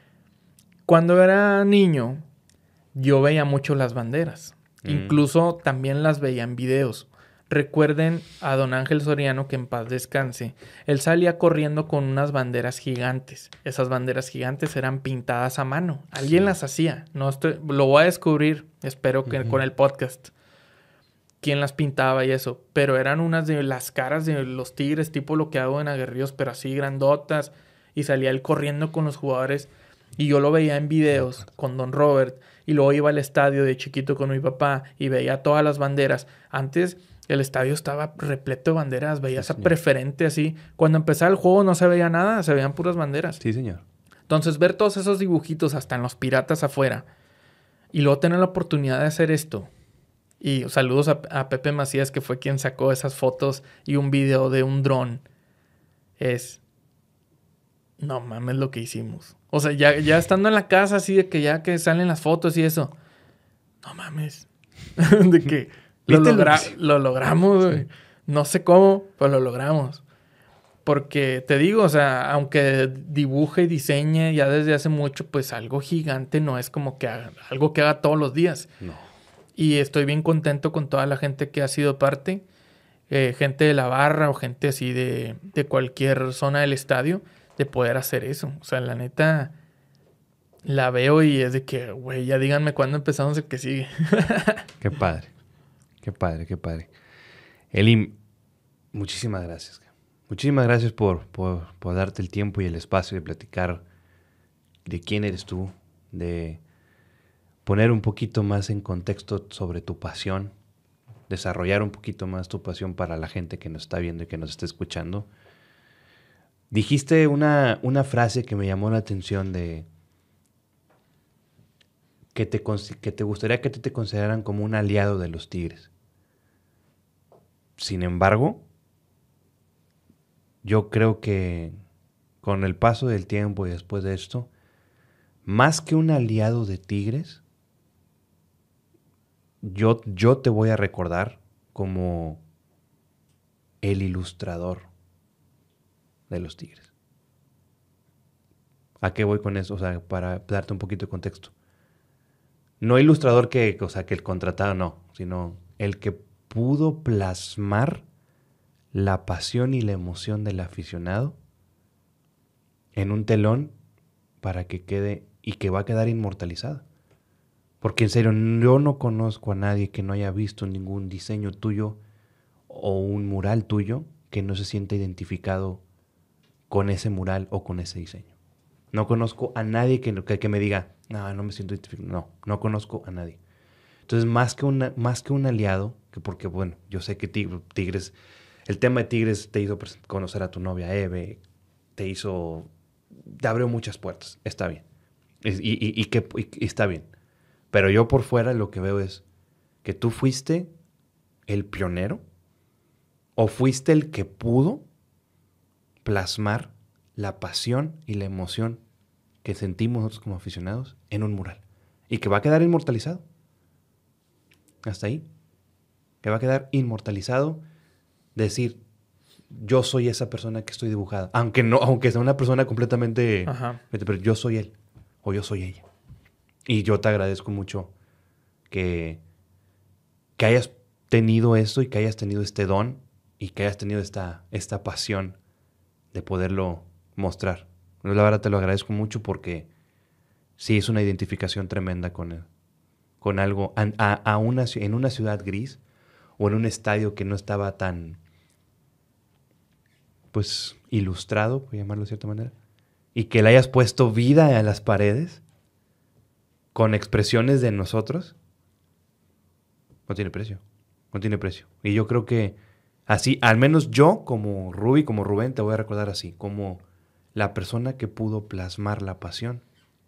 S2: cuando era niño, yo veía mucho las banderas. Mm. Incluso también las veía en videos. Recuerden a don Ángel Soriano, que en paz descanse. Él salía corriendo con unas banderas gigantes. Esas banderas gigantes eran pintadas a mano. Alguien sí. las hacía. No estoy... Lo voy a descubrir, espero que uh-huh. con el podcast. Quién las pintaba y eso. Pero eran unas de las caras de los Tigres, tipo lo que hago en Aguerridos, pero así grandotas. Y salía él corriendo con los jugadores. Y yo lo veía en videos con don Robert. Y luego iba al estadio de chiquito con mi papá y veía todas las banderas. Antes... el estadio estaba repleto de banderas, veías sí, a Preferente así. Cuando empezaba el juego no se veía nada, se veían puras banderas.
S1: Sí, señor.
S2: Entonces, ver todos esos dibujitos hasta en los piratas afuera y luego tener la oportunidad de hacer esto. Y saludos a, a Pepe Macías, que fue quien sacó esas fotos y un video de un dron. Es... no mames lo que hicimos. O sea, ya, ya estando en la casa así de que ya que salen las fotos y eso. No mames. de que... Lo, logra lo logramos, güey. Sí. No sé cómo, pero lo logramos. Porque te digo, o sea, aunque dibuje y diseñe ya desde hace mucho, pues algo gigante no es como que haga, algo que haga todos los días.
S1: No.
S2: Y estoy bien contento con toda la gente que ha sido parte. Eh, gente de la barra o gente así de, de cualquier zona del estadio, de poder hacer eso. O sea, la neta, la veo y es de que, güey, ya díganme cuándo empezamos el que sigue.
S1: Qué padre. Qué padre, qué padre. Eli, muchísimas gracias. Muchísimas gracias por, por, por darte el tiempo y el espacio de platicar de quién eres tú, de poner un poquito más en contexto sobre tu pasión, desarrollar un poquito más tu pasión para la gente que nos está viendo y que nos está escuchando. Dijiste una, una frase que me llamó la atención de que te, que te gustaría que te, te consideraran como un aliado de los Tigres. Sin embargo, yo creo que con el paso del tiempo y después de esto, más que un aliado de Tigres, yo, yo te voy a recordar como el ilustrador de los Tigres. ¿A qué voy con eso? O sea, para darte un poquito de contexto. No ilustrador que, o sea, que el contratado, no, sino el que pudo plasmar la pasión y la emoción del aficionado en un telón para que quede y que va a quedar inmortalizada. Porque en serio, yo no conozco a nadie que no haya visto ningún diseño tuyo o un mural tuyo que no se sienta identificado con ese mural o con ese diseño. No conozco a nadie que, que, que me diga, no, no me siento identificado. No, no conozco a nadie. Entonces, más que, una, más que un aliado, que porque, bueno, yo sé que Tigres, el tema de Tigres te hizo conocer a tu novia Eve, te hizo, te abrió muchas puertas, está bien. Y, y, y, que, y está bien. Pero yo por fuera lo que veo es que tú fuiste el pionero o fuiste el que pudo plasmar la pasión y la emoción que sentimos nosotros como aficionados en un mural. Y que va a quedar inmortalizado. Hasta ahí. Que va a quedar inmortalizado. Decir, yo soy esa persona que estoy dibujada. Aunque no, aunque sea una persona completamente...
S2: Ajá.
S1: Pero yo soy él. O yo soy ella. Y yo te agradezco mucho que, que hayas tenido eso y que hayas tenido este don y que hayas tenido esta, esta pasión de poderlo mostrar. La verdad te lo agradezco mucho porque sí es una identificación tremenda con, el, con algo, a, a, a una, en una ciudad gris o en un estadio que no estaba tan, pues, ilustrado, por llamarlo de cierta manera, y que le hayas puesto vida a las paredes con expresiones de nosotros, no tiene precio, no tiene precio. Y yo creo que así, al menos yo como Ruby, como Rubén, te voy a recordar así, como la persona que pudo plasmar la pasión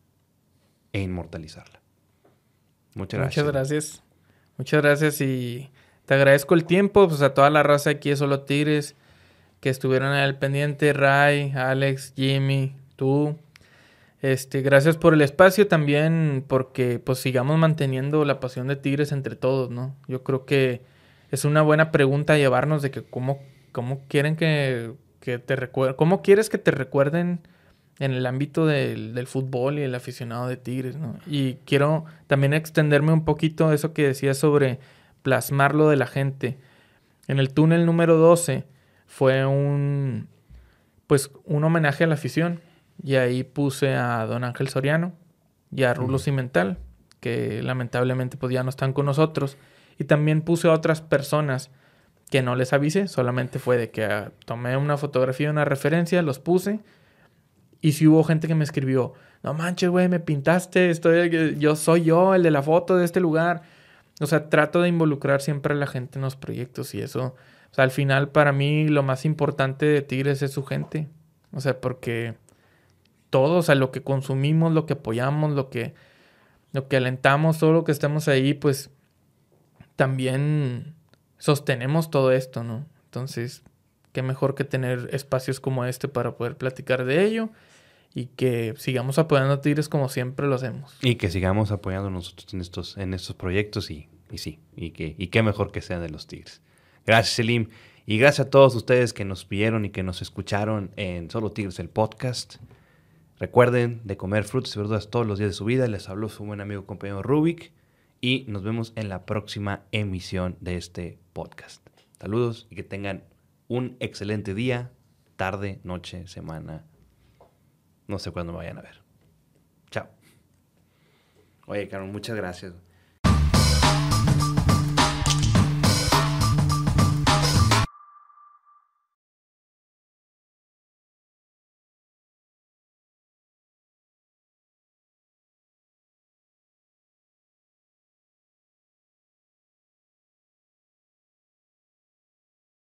S1: e inmortalizarla. Muchas gracias.
S2: Muchas gracias. Muchas gracias y te agradezco el tiempo, pues a toda la raza aquí de Solo Tigres que estuvieron al pendiente, Ray, Alex, Jimmy, tú. Este, gracias por el espacio también, porque pues sigamos manteniendo la pasión de Tigres entre todos, ¿no? Yo creo que es una buena pregunta llevarnos de que cómo, cómo quieren que, que te recuerden, cómo quieres que te recuerden en el ámbito del, del fútbol y el aficionado de Tigres, ¿no? Y quiero también extenderme un poquito eso que decías sobre plasmarlo de la gente. En el túnel número doce fue un, pues, un homenaje a la afición. Y ahí puse a Don Ángel Soriano y a Rulo uh-huh. Cimental, que lamentablemente pues ya no están con nosotros. Y también puse a otras personas que no les avisé, solamente fue de que uh, tomé una fotografía, una referencia, los puse. Y si hubo gente que me escribió, no manches, güey, me pintaste, estoy, yo soy yo, el de la foto de este lugar. O sea, trato de involucrar siempre a la gente en los proyectos y eso. O sea, al final para mí lo más importante de Tigres es su gente. O sea, porque todo, o sea, lo que consumimos, lo que apoyamos, lo que, lo que alentamos, todo lo que estamos ahí, pues también sostenemos todo esto, ¿no? Entonces, qué mejor que tener espacios como este para poder platicar de ello y que sigamos apoyando a Tigres como siempre lo hacemos.
S1: Y que sigamos apoyando nosotros en estos, en estos proyectos y, y sí, y, que, y qué mejor que sean de los Tigres. Gracias, Selim. Y gracias a todos ustedes que nos vieron y que nos escucharon en Solo Tigres, el podcast. Recuerden de comer frutas y verduras todos los días de su vida. Les habló su buen amigo compañero Rubik y nos vemos en la próxima emisión de este podcast. Saludos y que tengan un excelente día, tarde, noche, semana. No sé cuándo me vayan a ver. Chao. Oye, Carmen, muchas gracias.